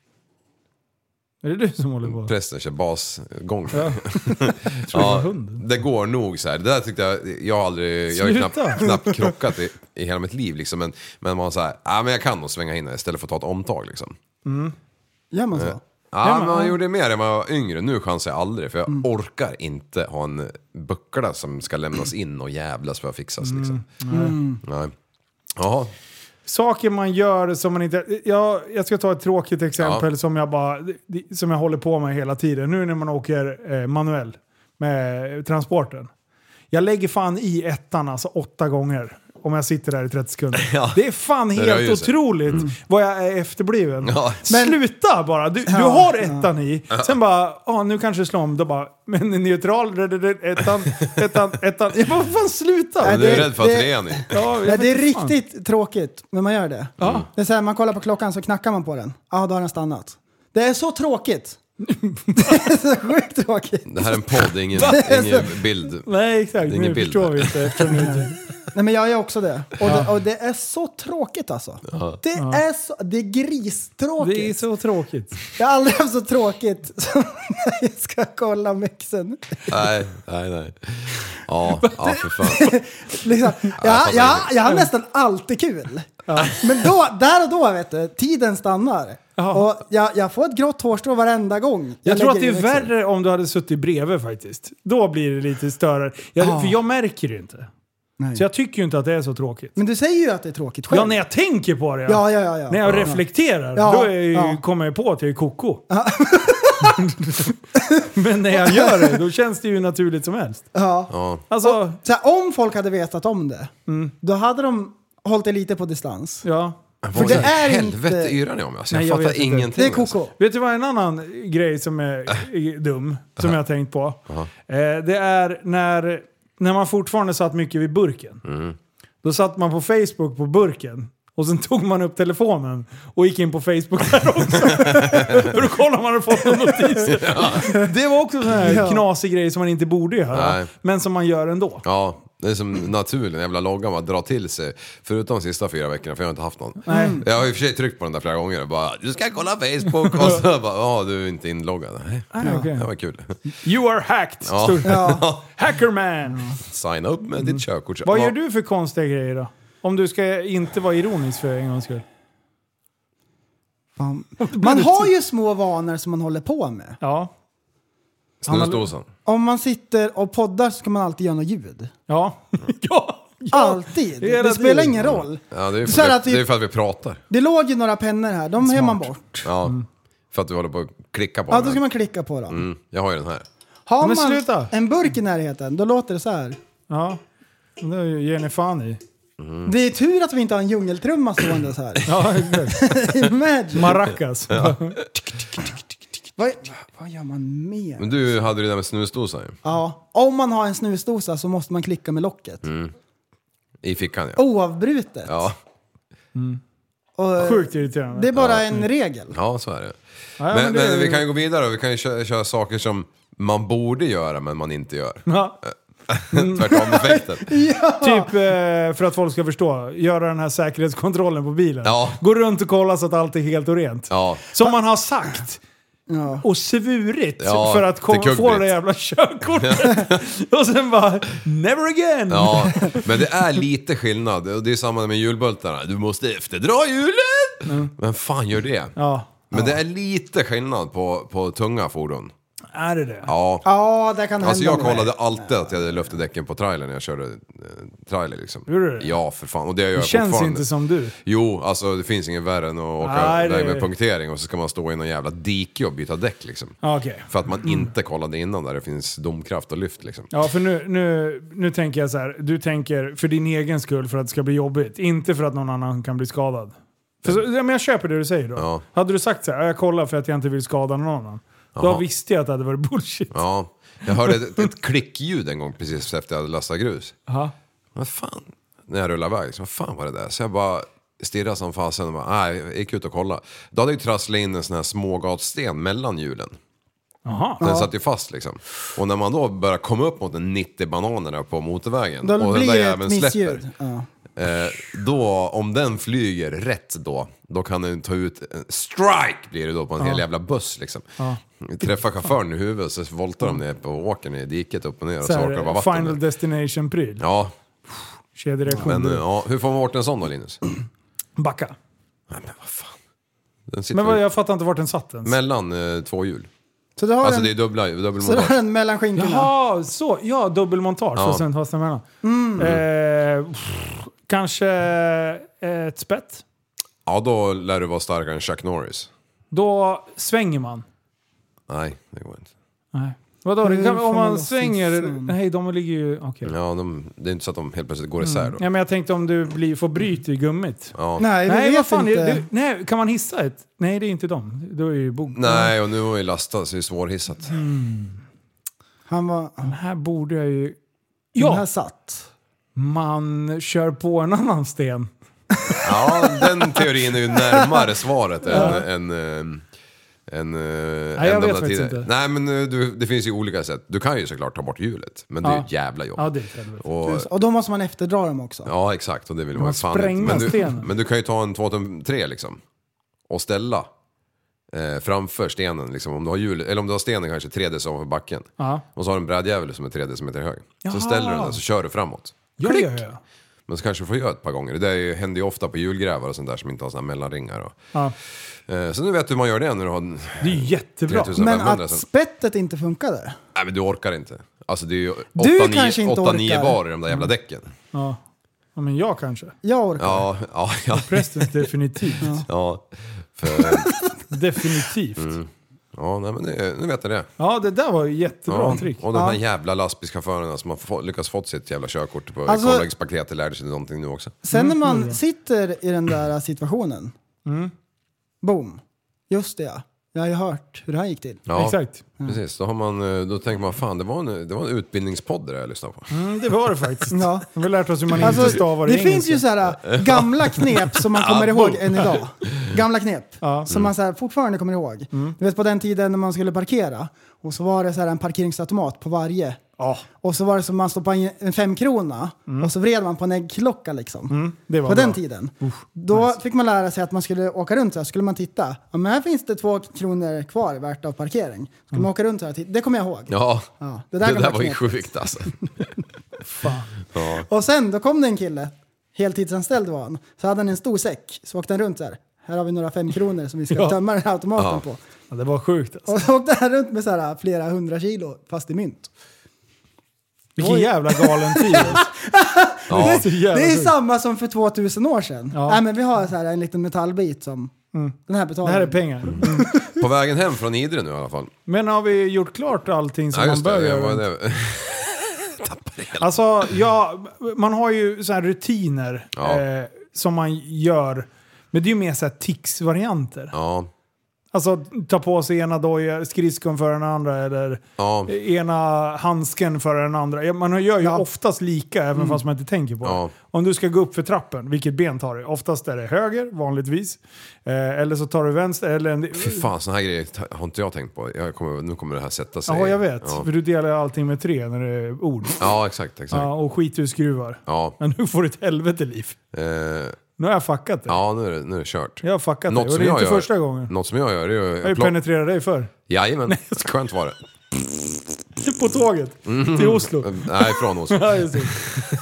Är det du som håller på? Prästen kör basgång. Ja. Ja, det går nog så här. Det där tyckte jag, jag har aldrig, jag har knappt, knappt krockat i, i hela mitt liv liksom. Men, men man så här, ja men jag kan nog svänga in istället för att ta ett omtag liksom. Mm. Gör man så? Ja, ja men man gjorde mer när man var yngre. Nu chansar jag aldrig, för jag mm. orkar inte ha en buckla som ska lämnas in och jävlas för att fixas liksom. Mm. Nej. Jaha. saker man gör som man inte... Jag, jag ska ta ett tråkigt exempel Ja. som jag bara som jag håller på med hela tiden. Nu när man åker eh, manuell med transporten. Jag lägger fan i ettan alltså åtta gånger. Om jag sitter där i trettio sekunder. Ja. Det är fan det helt otroligt mm. vad jag är efterbliven. Ja. Men sluta bara. Du, ja. du har ettan i. Sen bara, ah, nu kanske slår om. Då bara, men neutral, ettan, ettan, ettan. Jag bara, vad fan sluta. Nej, du är rädd för att trean i. Ja, ja, det är riktigt fan. tråkigt när man gör det. Ja. Det är så här, man kollar på klockan så knackar man på den. Ja, ah, då har den stannat. Det är så tråkigt. Det är så sjukt tråkigt. Det här är en podd, ingen, ingen bild. Nej, exakt. Ingen nu bild. förstår vi inte. Nej, men jag är också det. Och, ja. det. och det är så tråkigt alltså. Ja. Det Ja. är så, det är gristråkigt. Det är så tråkigt. Jag har aldrig haft så tråkigt som när jag ska kolla mixen. Nej, nej, nej. Ja, ja för fan. liksom, ja, jag, jag har nästan alltid kul. Ja. Men då, där och då, vet du, tiden stannar. Aha. Och jag, jag får ett grått hårstrå varenda gång. Jag, jag tror att det är värre om du hade suttit bredvid faktiskt. Då blir det lite större. Jag, ah. För jag märker det inte. Nej. Så jag tycker ju inte att det är så tråkigt. Men du säger ju att det är tråkigt själv. Ja, när jag tänker på det. Ja, ja, ja, ja. När jag ja. reflekterar, ja. då är jag, ja. kommer jag på att jag är koko. Ja. Men när jag gör det, då känns det ju naturligt som helst. Ja. ja. Alltså, och, så här, om folk hade vetat om det, mm. då hade de hållit det lite på distans. Ja. För det är helvete inte... yra ni om? Alltså, jag, Nej, jag fattar ingenting. Det är koko. Alltså. Vet du vad en annan grej som är dum, som jag har tänkt på? Eh, det är när, när man fortfarande satt mycket vid burken. Mm. Då satt man på Facebook på burken. Och sen tog man upp telefonen och gick in på Facebook där också. För då kollar man och fått en notis. Ja. Det var också en sån här ja. knasig grej som man inte borde göra. Nej. Men som man gör ändå. Ja, det är som naturligt. En jävla loggan att dra till sig. Förutom de sista fyra veckorna, för jag har inte haft någon. Nej. Jag har i och för sig tryckt på den där flera gånger. Bara, du ska kolla Facebook. Och så bara, ja du är inte inloggad. Nej, ah, okay. Det var kul. You are hacked. Ja. Ja. Hackerman. Signa upp med mm. ditt körkort. Vad gör du för konstiga grejer då? Om du ska inte vara ironisk för en gångs skull. Man, man har ju små vanor som man håller på med. Ja. Snusdosan. Om man sitter och poddar så ska man alltid göra något ljud. Ja. ja. Alltid. Det, det spelar ingen roll. Ja, det är för, att vi, det är för att vi pratar. Det låg ju några pennor här. De är man bort. Ja, mm. för att du håller på att klicka på ja, den. Ja, då ska man klicka på dem. Mm, jag har ju den här. Har man sluta. en burk i närheten, då låter det så här. Ja, det ger ni fan i. Mm. Det är tur att vi inte har en djungeltrumma stående så här. Ja, Imagine. Maracas. Ja. vad, vad gör man mer? Men du hade det där med snusdosa ju. Ja, om man har en snusdosa så måste man klicka med locket. Mm. I fickan, ja. Oavbrutet. Ja. Mm. Och, sjukt irriterande. Det är bara ja. en regel. Ja, så är det. Ja, men men, det men är... vi kan ju gå vidare och vi kan ju köra, köra saker som man borde göra men man inte gör. Ja. Tvärtom effekten. Ja. Typ eh, för att folk ska förstå. Göra den här säkerhetskontrollen på bilen. Ja. Gå runt och kolla så att allt är helt och rent. Ja. Som man har sagt. Ja. Och svurit ja, för att komma, få det jävla körkortet. Och sen bara, never again. Ja, men det är lite skillnad. Och det är samma med hjulbultarna. Du måste efterdra hjulen. Mm. Men fan gör det? Ja. Men ja. det är lite skillnad på, på tunga fordon. Är det det? Ja. Ja, det kan alltså hända. jag kollade alltid att jag hade luftdäcken på trailern när jag körde eh, trailer liksom. Gjorde du? Ja, för fan. Och det gör det jag känns fortfarande. Inte som du. Jo, alltså det finns ingen värre än att åka Nej, iväg det... med punktering och så ska man stå i någon jävla dike och byta däck liksom. Okay. För att man inte kollade innan där det finns domkraft och lyft liksom. Ja, för nu, nu, nu tänker jag så här. Du tänker för din egen skull för att det ska bli jobbigt. Inte för att någon annan kan bli skadad. För så, ja, men jag köper det du säger då. Ja. Hade du sagt så här, jag kollar för att jag inte vill skada någon annan. Då Aha. visste jag att det hade varit bullshit. Ja, jag hörde ett, ett klickljud en gång precis efter att jag hade lastat grus. Aha. Vad fan? När jag rullade iväg, så vad fan var det där? Så jag bara stirrade som fasen och bara, nej, jag gick ut och kollade. Då hade jag ju trasslat in en sån här smågatsten mellan hjulen. Aha. Den ja. satt ju fast liksom. Och när man då börjar komma upp mot en nittio bananer på motorvägen. Då och blir den där det jäveln ett släpper. missljud. Ja. Eh, då, om den flyger rätt då, då kan den ta ut en strike blir det då på en ja. hel jävla buss liksom. Ja. Träffar chauffören i huvudet så voltar de ner på åkern i diket upp och ner och så, så åker det bara vatten. Final destination-pryl. Ja. Kedjereaktion. Men ja, hur får man bort en sån då, Linus? Backa. Nej, men vad fan. Den sitter men vad, jag fattar inte vart den satt ens. Mellan eh, två hjul. Så du har alltså en, det är dubbla, dubbelmontage. Så du har en mellan skinkorna? Jaha, så. Ja, dubbelmontage. Ja. Och sen fast emellan. Mm. Eh, Kanske ett spett? Ja, då lär du vara starkare än Chuck Norris. Då svänger man. Nej, det går inte. Nej. Vadå? Det kan, om man svänger... Nej, de ligger ju... Okay. Ja, de, det är inte så att de helt plötsligt går isär Mm. då. Ja, men jag tänkte om du blir, får bryt i gummit. Ja. Nej, vi Nej, vet vad fan, inte. det, nej, kan man hissa ett? Nej, det är inte dem. Då är ju bog. Nej, och nu var ju lastat så det är svårhissat. Mm. Han var... Den här borde jag ju... Ja! Den Ja! här satt. Man kör på en annan sten. Ja, den teorin är ju närmare svaret än... än, än En, Nej, jag vet faktiskt inte. Nej, men du, det finns ju olika sätt. Du kan ju såklart ta bort hjulet, men det är ju Ja. ett jävla jobb. Ja, det är ett helvete. och, Och då måste man efterdra dem också. ja, exakt. Och det vill man, Man ju fan spränga inte. Men du, stenen. men du kan ju ta en två tusen tre liksom. Och ställa eh, framför stenen liksom. Om du har hjulet, eller om du har stenen kanske tre decimeter ovanför backen. Ja. Och så har du en brädjävel som är tre decimeter hög. Jaha. Så ställer du den där så kör du framåt. Ja, ja, ja. Men så kanske du får göra ett par gånger. Det där är ju- händer ju ofta på hjulgrävar och sånt där som inte har såna här mellanringar. Och. Ja. Eh, så nu vet du hur man gör det när du har Det är ju jättebra. tre tusen femhundra. Men att sen. spettet inte funkade. Nej, men du orkar inte. Alltså det är ju Du åtta kanske inte nio orkar. bar i de där jävla däcken. Ja. Ja, men jag kanske. Jag orkar. Ja, ja, ja. Prästens definitivt. Ja, för, Definitivt. mm. Ja, nej, men det, nu vet jag det. Ja, det där var ju jättebra Ja, trick. och de här Ja. jävla lastbilschaufförerna som har få, lyckats fått sitt jävla körkort på Alltså- kolläggspaketet lärde sig någonting nu också. Sen när man Mm. sitter i den där situationen. Mm. Boom. Just det ja. Jag har ju hört hur det här gick till. Ja, Exakt. precis. Då, har man, då tänker man, fan det var en, det var en utbildningspodd det jag lyssnade på. Mm, det var det faktiskt. Ja. Vi har lärt oss hur man Alltså, inte stavar i det engelska. finns ju så här gamla knep som man kommer Ja, ihåg boom. än idag. Gamla knep Ja. som man så här fortfarande kommer ihåg. Du vet på den tiden när man skulle parkera och så var det så här en parkeringsautomat på varje. Ja. Och så var det som man stoppade in en femkrona och så vred man på en äggklocka liksom. Mm, det var På bra. den tiden. Då nice. fick man lära sig att man skulle åka runt så här. Skulle man titta. Ja, men här finns det två kronor kvar värt av parkering. Skulle man åka runt så här. Det kommer jag ihåg. Ja, Ja, det där där, gamla var ju knepet. sjukt alltså. Fan. Ja. Och sen då kom det en kille, heltidsanställd var han, så hade han en stor säck, så åkte han runt så här. Här har vi några fem kronor som vi ska Ja. tömma den här automaten Ja. på. Ja, det var sjukt alltså. Och så åkte han runt med så här flera hundra kilo fast i mynt. Vilken Oj. jävla galen tid. Alltså. Ja. Det är så jävla Det är sjukt. samma som för tvåtusen år sedan. Ja. Nej, men vi har så här en liten metallbit som den här Det betalar. här är pengar. På vägen hem från Idre nu i alla fall. Men har vi gjort klart allting som Ja, man just bör det. göra? Vad är det? Alltså, ja, man har ju så här rutiner Ja. eh, som man gör. Men det är ju mer så här tics-varianter. Ja, Alltså ta på sig ena doja, skridskon för den andra eller ja, ena handsken för den andra. Ja, man gör ju Ja. oftast lika även fast man inte tänker på Ja. det. Om du ska gå upp för trappen, vilket ben tar du? Oftast är det höger, vanligtvis. Eh, eller så tar du vänster. Eller en... fy fan, såna här grejer har inte jag tänkt på. Jag kommer, nu kommer det här sätta sig. Ja, jag vet. Ja, För du delar allting med tre när det är ord. ja exakt, exakt. Ja, och skit ur skruvar. Ja, Men nu får du ett helvete liv. eh, Nu har jag fuckat det. ja nu, är det, nu är det kört. Jag har fuckat Något det. Och som det är jag inte gör- första gången. Något som jag gör är ju... Jag har ju plock- penetrerat dig för. Jajamän, skönt var det. På tåget. Till Oslo. Nej, från Oslo. Ja, just det.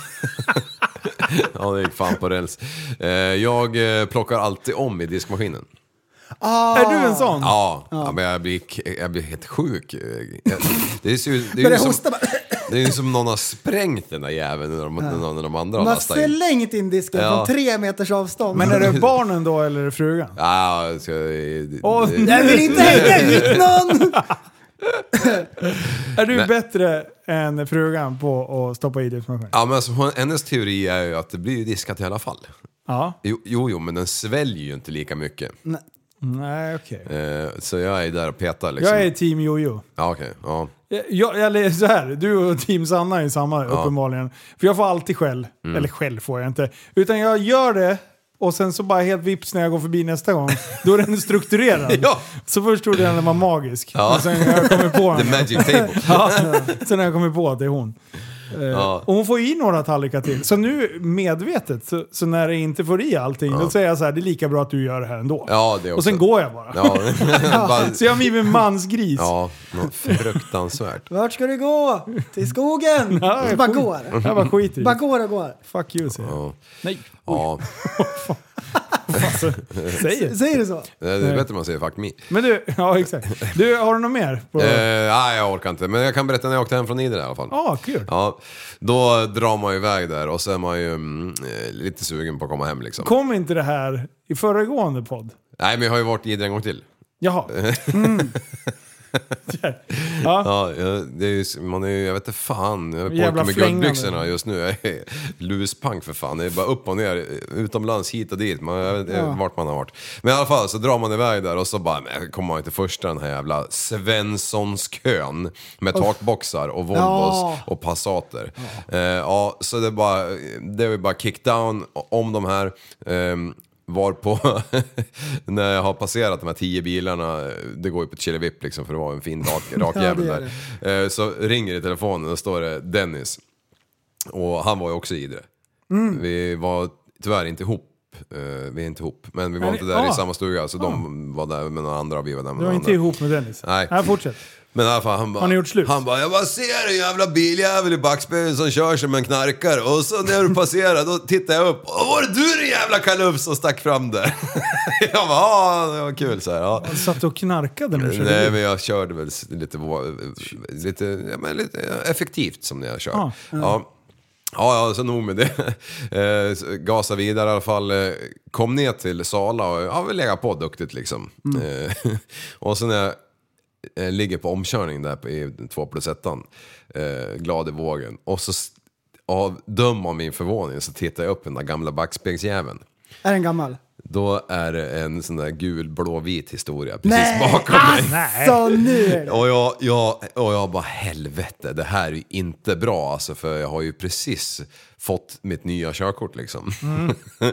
Ja, det gick fan på räls. Eh, jag eh, plockar alltid om i diskmaskinen. Ah, Är du en sån? Ja, ja. men jag blir, jag blir helt sjuk. Jag- Det är, så, det är ju börjar som, hosta bara. det är ju som någon har sprängt den där jäveln när de, när de, de andra har Man har lastat in. slängt in disken Ja. från tre meters avstånd. Men är det barnen då eller är det frugan? Ja, jag ska, det, Åh, det, Jag vill inte hänga ut någon! Är du Men- bättre än frugan på att stoppa i diskmaskinen? ja, men alltså, hon- hennes teori är ju att det blir ju diskat i alla fall. Ja. Jo, jo, jo men den sväljer ju inte lika mycket. Nej, okej. Eh, så jag är där och petar liksom. Jag är team Jojo. Ja, okej. Ja. Jag, eller så här, du och team Sanna är samma uppenbarligen. För jag får alltid skäll. Mm. Eller skäll får jag inte. Utan jag gör det och sen så bara helt vips när jag går förbi nästa gång. Då är den strukturerad. Ja. Så först trodde jag den var magisk. Ja. Men sen har jag kommit på The den. magic table. Ja, sen har jag kommit på att det är hon. Eh, Ja. Och hon får i några tallrikar till. Så nu medvetet, så, så när det inte får i allting, då säger jag så här, det är lika bra att du gör det här ändå. Ja, det också. Och sen går jag bara. Ja. Bara, Så jag har blivit en mansgris. ja, något fruktansvärt. Vart ska du gå? Till skogen! Ja, Så bara skit. går. Jag bara skiter i Bara det. går och går. Fuck you, säger jag. Ja. Nej. Ja. Alltså, säger. Säger du så? Det är bättre man säger fuck me. Men du, ja exakt. Du, har du något mer? På... Eh, nej, jag orkar inte. Men jag kan berätta när jag åkte hem från Idre i alla fall. Ja, ah, kul. Ja, då drar man ju iväg där och så är man ju mm, lite sugen på att komma hem liksom. Kom inte det här i föregående podd? Nej, men jag har ju varit i Idre en gång till. Jaha. Mm. ja. Ja, det är ju, man är ju, jag vet inte fan, jag är på med guldbyxorna just nu. Jag är luspank för fan. Det är bara upp och ner, utomlands, hit och dit. Man, jag vet ja. vart man har varit. Men i alla fall så drar man iväg där och så bara, men kommer man inte första den här jävla Svenssonskön med takboxar och Volvos ja. och Passater. Ja. Eh, ja, så det är bara, det är bara kickdown om de här. Eh, var på när jag har passerat de här tio bilarna, det går ju på ett Chilivipp liksom, för det var en fin rak, rak jävel ja, där. Så ringer i telefonen och står det Dennis. Och han var ju också i Idre. Mm. Vi var tyvärr inte ihop. Vi är inte ihop, men vi var men, inte där ah. i samma stuga, så ah. de var där med några andra och vi var där med några andra. Du var inte ihop med Dennis? Nej. Här, fortsätt. Men i alla fall, han bara, har ni gjort slut? Han bara, jag bara ser en jävla biljävel i backspegeln som kör sig med en knarkare. Och så när du passerar, då tittar jag upp. Och var det du den jävla kalufs som stack fram där? Jag bara, ja, det var kul så här. Ja. Du satt och knarkade när du körde? Nej, men jag körde väl lite, lite, ja, men lite effektivt som när jag kör. Ah, ja. ja. Ja, ja, så nog med det. Eh, gasa vidare i alla fall. Eh, kom ner till Sala och ja, vi lägger på duktigt liksom. Mm. Eh, och så när jag eh, ligger på omkörning där på, i två plus ettan, eh, glad i vågen. Och så av döm av min förvåning så tittar jag upp den där gamla backspegeljäveln. Är den gammal? Då är det en sån där gul, blå, vit historia precis nej, bakom mig. Alltså, nu. Och jag, jag, och jag bara, helvete, det här är ju inte bra alltså, för jag har ju precis fått mitt nya körkort liksom. Mm.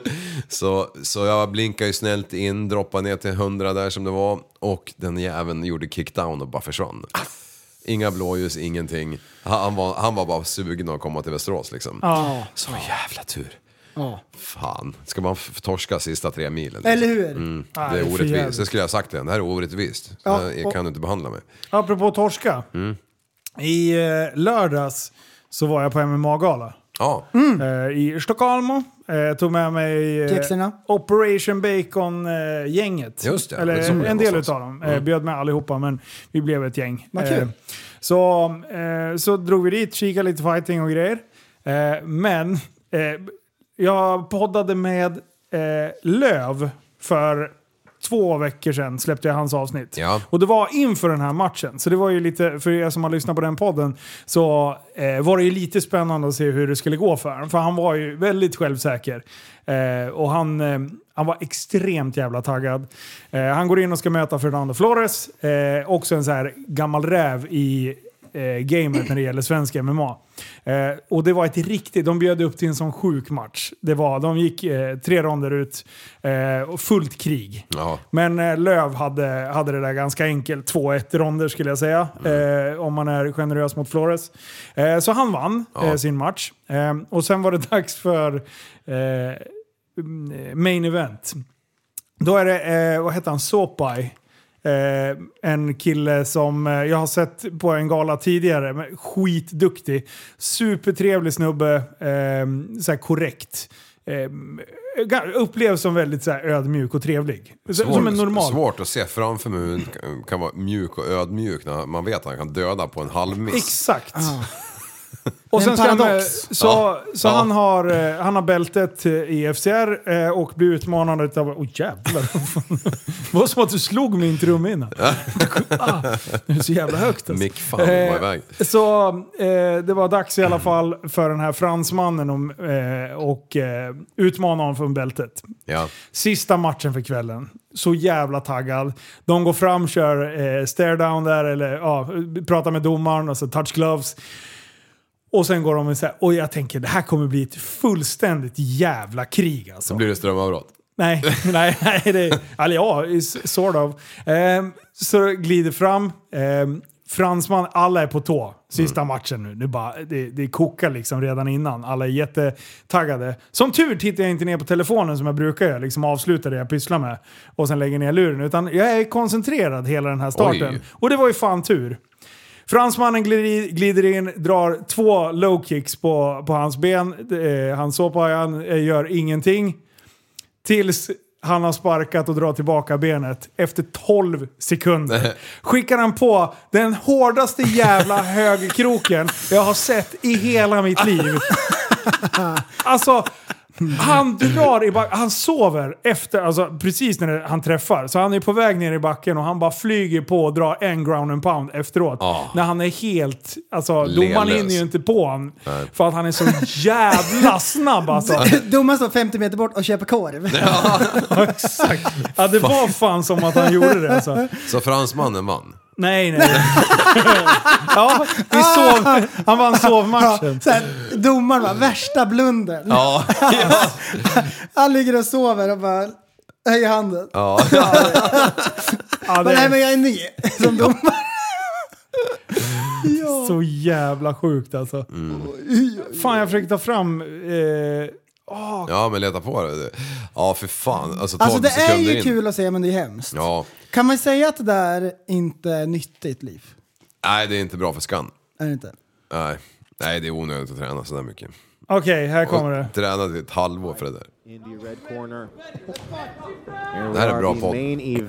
så, så jag blinkade ju snällt in, droppade ner till hundra där som det var, och den jäveln gjorde kickdown och bara försvann. Inga blåljus, ingenting. Han var, han var bara sugen att komma till Västerås liksom. Oh. Så jävla tur. Oh. Fan, ska man torska sista tre milen? Liksom? Eller hur? Mm, det är ah, orättvist, det skulle jag ha sagt det. Det här är orättvist. Ja, jag kan du inte behandla mig. Apropå torska. Mm. I eh, lördags så var jag på M M A-gala. Ja. Mm. Eh, I Stockholm. Eh, tog med mig eh, Operation Bacon-gänget. Eh, Just det. Eller det en, en del utav dem. Mm. Eh, bjöd med allihopa, men vi blev ett gäng. Eh, så, eh, så drog vi dit, kikade lite fighting och grejer. Eh, men... Eh, Jag poddade med eh, Löv för två veckor sedan, släppte jag hans avsnitt. Ja. Och det var inför den här matchen. Så det var ju lite, för er som har lyssnat på den podden, så eh, var det ju lite spännande att se hur det skulle gå för honom. För han var ju väldigt självsäker. Eh, och han, eh, han var extremt jävla taggad. Eh, han går in och ska möta Fernando Flores. Eh, också en så här gammal räv i eh, gamet när det gäller svensk M M A. Eh, och det var ett riktigt, de bjöd upp till en sån sjuk match. Det var, de gick eh, tre ronder ut eh, och fullt krig. Ja. Men eh, Löv hade, hade det där ganska enkelt, två ett ronder skulle jag säga. Mm. Eh, om man är generös mot Flores. Eh, så han vann ja. eh, sin match. Eh, och sen var det dags för eh, main event. Då är det, eh, vad heter han, Sopai. Eh, en kille som eh, jag har sett på en gala tidigare, men skitduktig, supertrevlig snubbe, eh, så här korrekt, eh, upplevs som väldigt så här ödmjuk och trevlig. Svår, som en normal. Svårt att se framför mig kan, kan vara mjuk och ödmjuk när man vet att han kan döda på en halvmiss. Exakt. Ah. Och sen ska han, så ja. så ja. han, har, han har bältet i F C R och blir utmanad av... Åh oh, jävlar. Det var som att du slog min trum innan. ah, det är så jävla högt. Alltså. Mick fan var iväg. Så eh, det var dags i alla fall för den här fransmannen om, eh, och eh, utmana honom från bältet. Ja. Sista matchen för kvällen. Så jävla taggad. De går fram, kör eh, stare down där, eller ja, pratar med domaren och så touch gloves. Och sen går de och säger, och jag tänker det här kommer bli ett fullständigt jävla krig alltså. Så blir det strömavbrott. Nej, nej, nej det, eller ja, sort of. Eh, så glider fram. Eh, fransman, alla är på tå. Sista mm. matchen nu. nu bara, det, det kokar liksom redan innan. Alla är jättetaggade. Som tur tittar jag inte ner på telefonen som jag brukar göra. Liksom avslutar det jag pysslar med. Och sen lägger ner luren. Utan jag är koncentrerad hela den här starten. Oj. Och det var ju fan tur. Fransmannen glider, glider in, drar två low kicks på, på hans ben. Eh, han Sopai, han eh, gör ingenting. Tills han har sparkat och drar tillbaka benet efter tolv sekunder. Skickar han på den hårdaste jävla högerkroken jag har sett i hela mitt liv. Alltså, han drar i backen, han sover efter, alltså precis när han träffar. Så han är på väg ner i backen och han bara flyger på och drar en ground and pound efteråt. Oh. När han är helt, alltså domaren hinner ju inte på han. Nej. För att han är så jävla snabb alltså. Domaren står femtio meter bort och köper korv. Ja, exakt. Ja, det var fan som att han gjorde det alltså. Så fransmannen vann? Nej, nej. Ja, vi sov. Han vann sovmatchen. Ja, domaren var värsta blunden. Ja, ja. Han ligger och sover och bara höjer handen. Ja. Ja, det... men nej, men jag är ny som domare. Ja. Så jävla sjukt alltså. Mm. Fan, jag försökte ta fram... Eh... Oh. Ja, men leta på det. Ja, för fan. Alltså, alltså det är ju in. Kul att se, men det är hemskt. Ja. Kan man säga att det där inte är nyttigt, Liv? Nej, det är inte bra för skan. Är det inte? Nej, Nej det är onödigt att träna så där mycket. Okej, okay, här kommer det. Träna till ett halvår för det där. Det här är bra podd.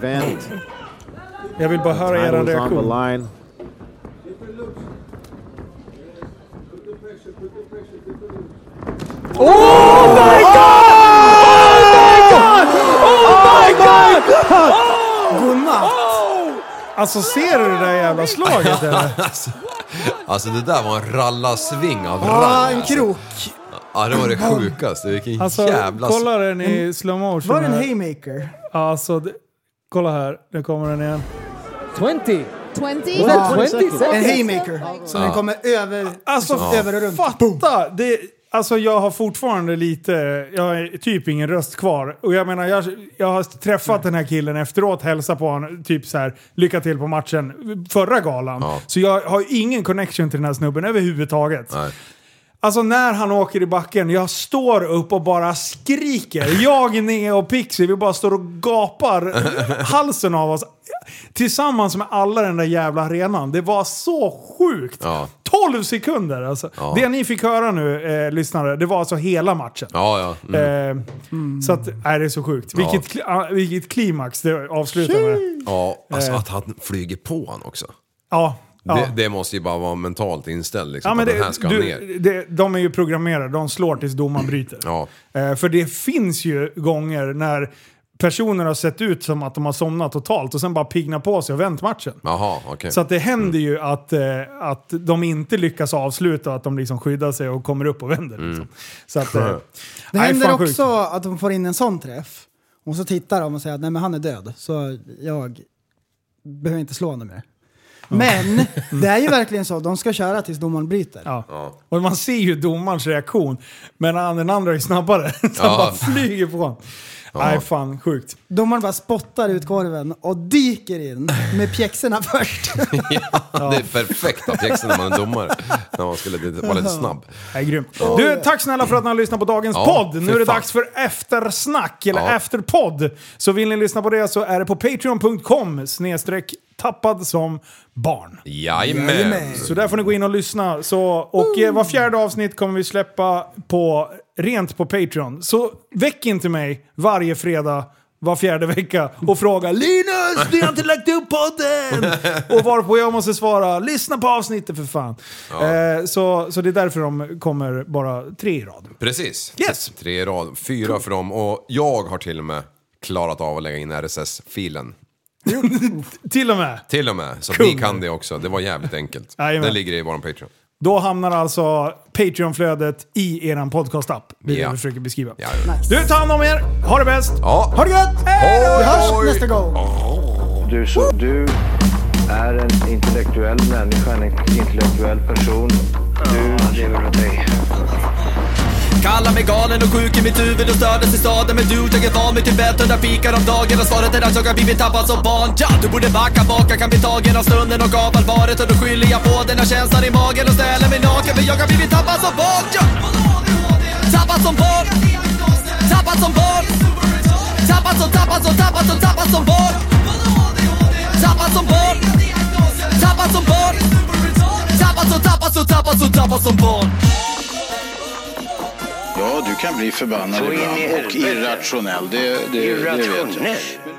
Jag vill bara höra er reaktion. Oh my god! Oh my god! Oh my god! Godnatt! Alltså ser du det där jävla slaget eller? alltså, alltså det där var en rallasving av rang. Ja, en krok. Ja, det var det sjukaste. Vilken alltså, jävla... kolla den i slow motion. Var det en haymaker? Alltså, det, kolla här. Nu kommer den igen. tjugo. tjugo? Wow. tjugo en haymaker. Så ja. Den kommer över... Alltså, ja. Över och runt. Fatta! Det... Alltså jag har fortfarande lite, jag har typ ingen röst kvar. Och jag menar, jag, jag har träffat den här killen efteråt, hälsa på honom, typ så här, lycka till på matchen förra galan. Ja. Så jag har ingen connection till den här snubben överhuvudtaget. Nej. Alltså när han åker i backen, jag står upp och bara skriker. Jag, Nea och Pixie, vi bara står och gapar halsen av oss. Tillsammans med alla den där jävla arenan. Det var så sjukt. Ja. tolv sekunder alltså. Ja. Det ni fick höra nu, eh, lyssnare, det var alltså hela matchen. Ja, ja. Mm. Eh, mm. Så att, är det är så sjukt. Ja. Vilket, kli- vilket klimax det avslutar med. Ja, alltså att han flyger på han också. Ja. Ja. Det, det måste ju bara vara mentalt inställd liksom, ja, men att det, den här ska du, ner. Det, de är ju programmerade, de slår tills domaren bryter. Ja. Eh, för det finns ju gånger när personer har sett ut som att de har somnat totalt och sen bara pignar på sig och vänt matchen. Aha, okay. Så att det händer ju att, eh, att de inte lyckas avsluta och att de liksom skyddar sig och kommer upp och vänder. Liksom. Mm. Så att, eh, det händer också sjukt. Att de får in en sån träff och så tittar de och säger att nej, men han är död så jag behöver inte slå honom mer. Men det är ju verkligen så. De ska köra tills domaren bryter. Ja. Ja. Och man ser ju domarens reaktion. Men den andra är snabbare. Så ja. Han bara flyger på honom. Ja. Nej, fan, sjukt. Domaren bara spottar ut korven och dyker in med pjäxorna först. Ja, det är perfekt att pjäxorna när man är domare. När man skulle vara lite snabb. Det är grymt. Du, tack snälla för att ni har lyssnat på dagens ja, podd. Nu är det fan. dags för eftersnack, eller ja. efterpodd. Så vill ni lyssna på det så är det på patreon punkt com snedstreck tappad som barn. Jajamän. Så där får ni gå in och lyssna. Så, och mm. var fjärde avsnitt kommer vi släppa på rent på Patreon. Så väck inte mig varje fredag, var fjärde vecka och fråga Linus, du har inte lagt upp podden! Och varpå jag måste svara, lyssna på avsnittet för fan. Ja. Eh, så, så det är därför de kommer bara tre i rad. Precis. Yes. Tre i rad, fyra cool. För dem. Och jag har till och med klarat av att lägga in R S S-filen. Till och med. Till och med. Så cool. Ni kan det också. Det var jävligt enkelt. Det ligger i vår Patreon. Då hamnar alltså Patreon-flödet i eran podcast-app. Det är ja. det vi försöker beskriva. Ja, ja. Nice. Du, tar hand om er. Ha det bäst. Ja. Ha det gött. Hej då. Vi hörs nästa gång. Du, så, du är en intellektuell människa, en intellektuell person. Du lever med dig. Kallar mig galen och sjuk i mitt huvud och stördes i staden. Men du, jag är van vid Tibet under fikar om dagen. Och svaret är att jag har blivit tappad som barn. Ja, du borde backa bak, jag kan bli tagen av stunden och av allvaret. Och då skyller jag på den här känslan i magen och ställer mig naken. För jag har blivit tappad som barn. Ja. Tappad som barn. Tappad som barn. Tappad som, tappad som, tappad som, tappad som barn. Tappad som barn. Tappad som barn. Tappad som, tappad som, tappad som, tappad som barn. Ja, du kan bli förbannad ibland och irrationell. Det, det, det vet jag.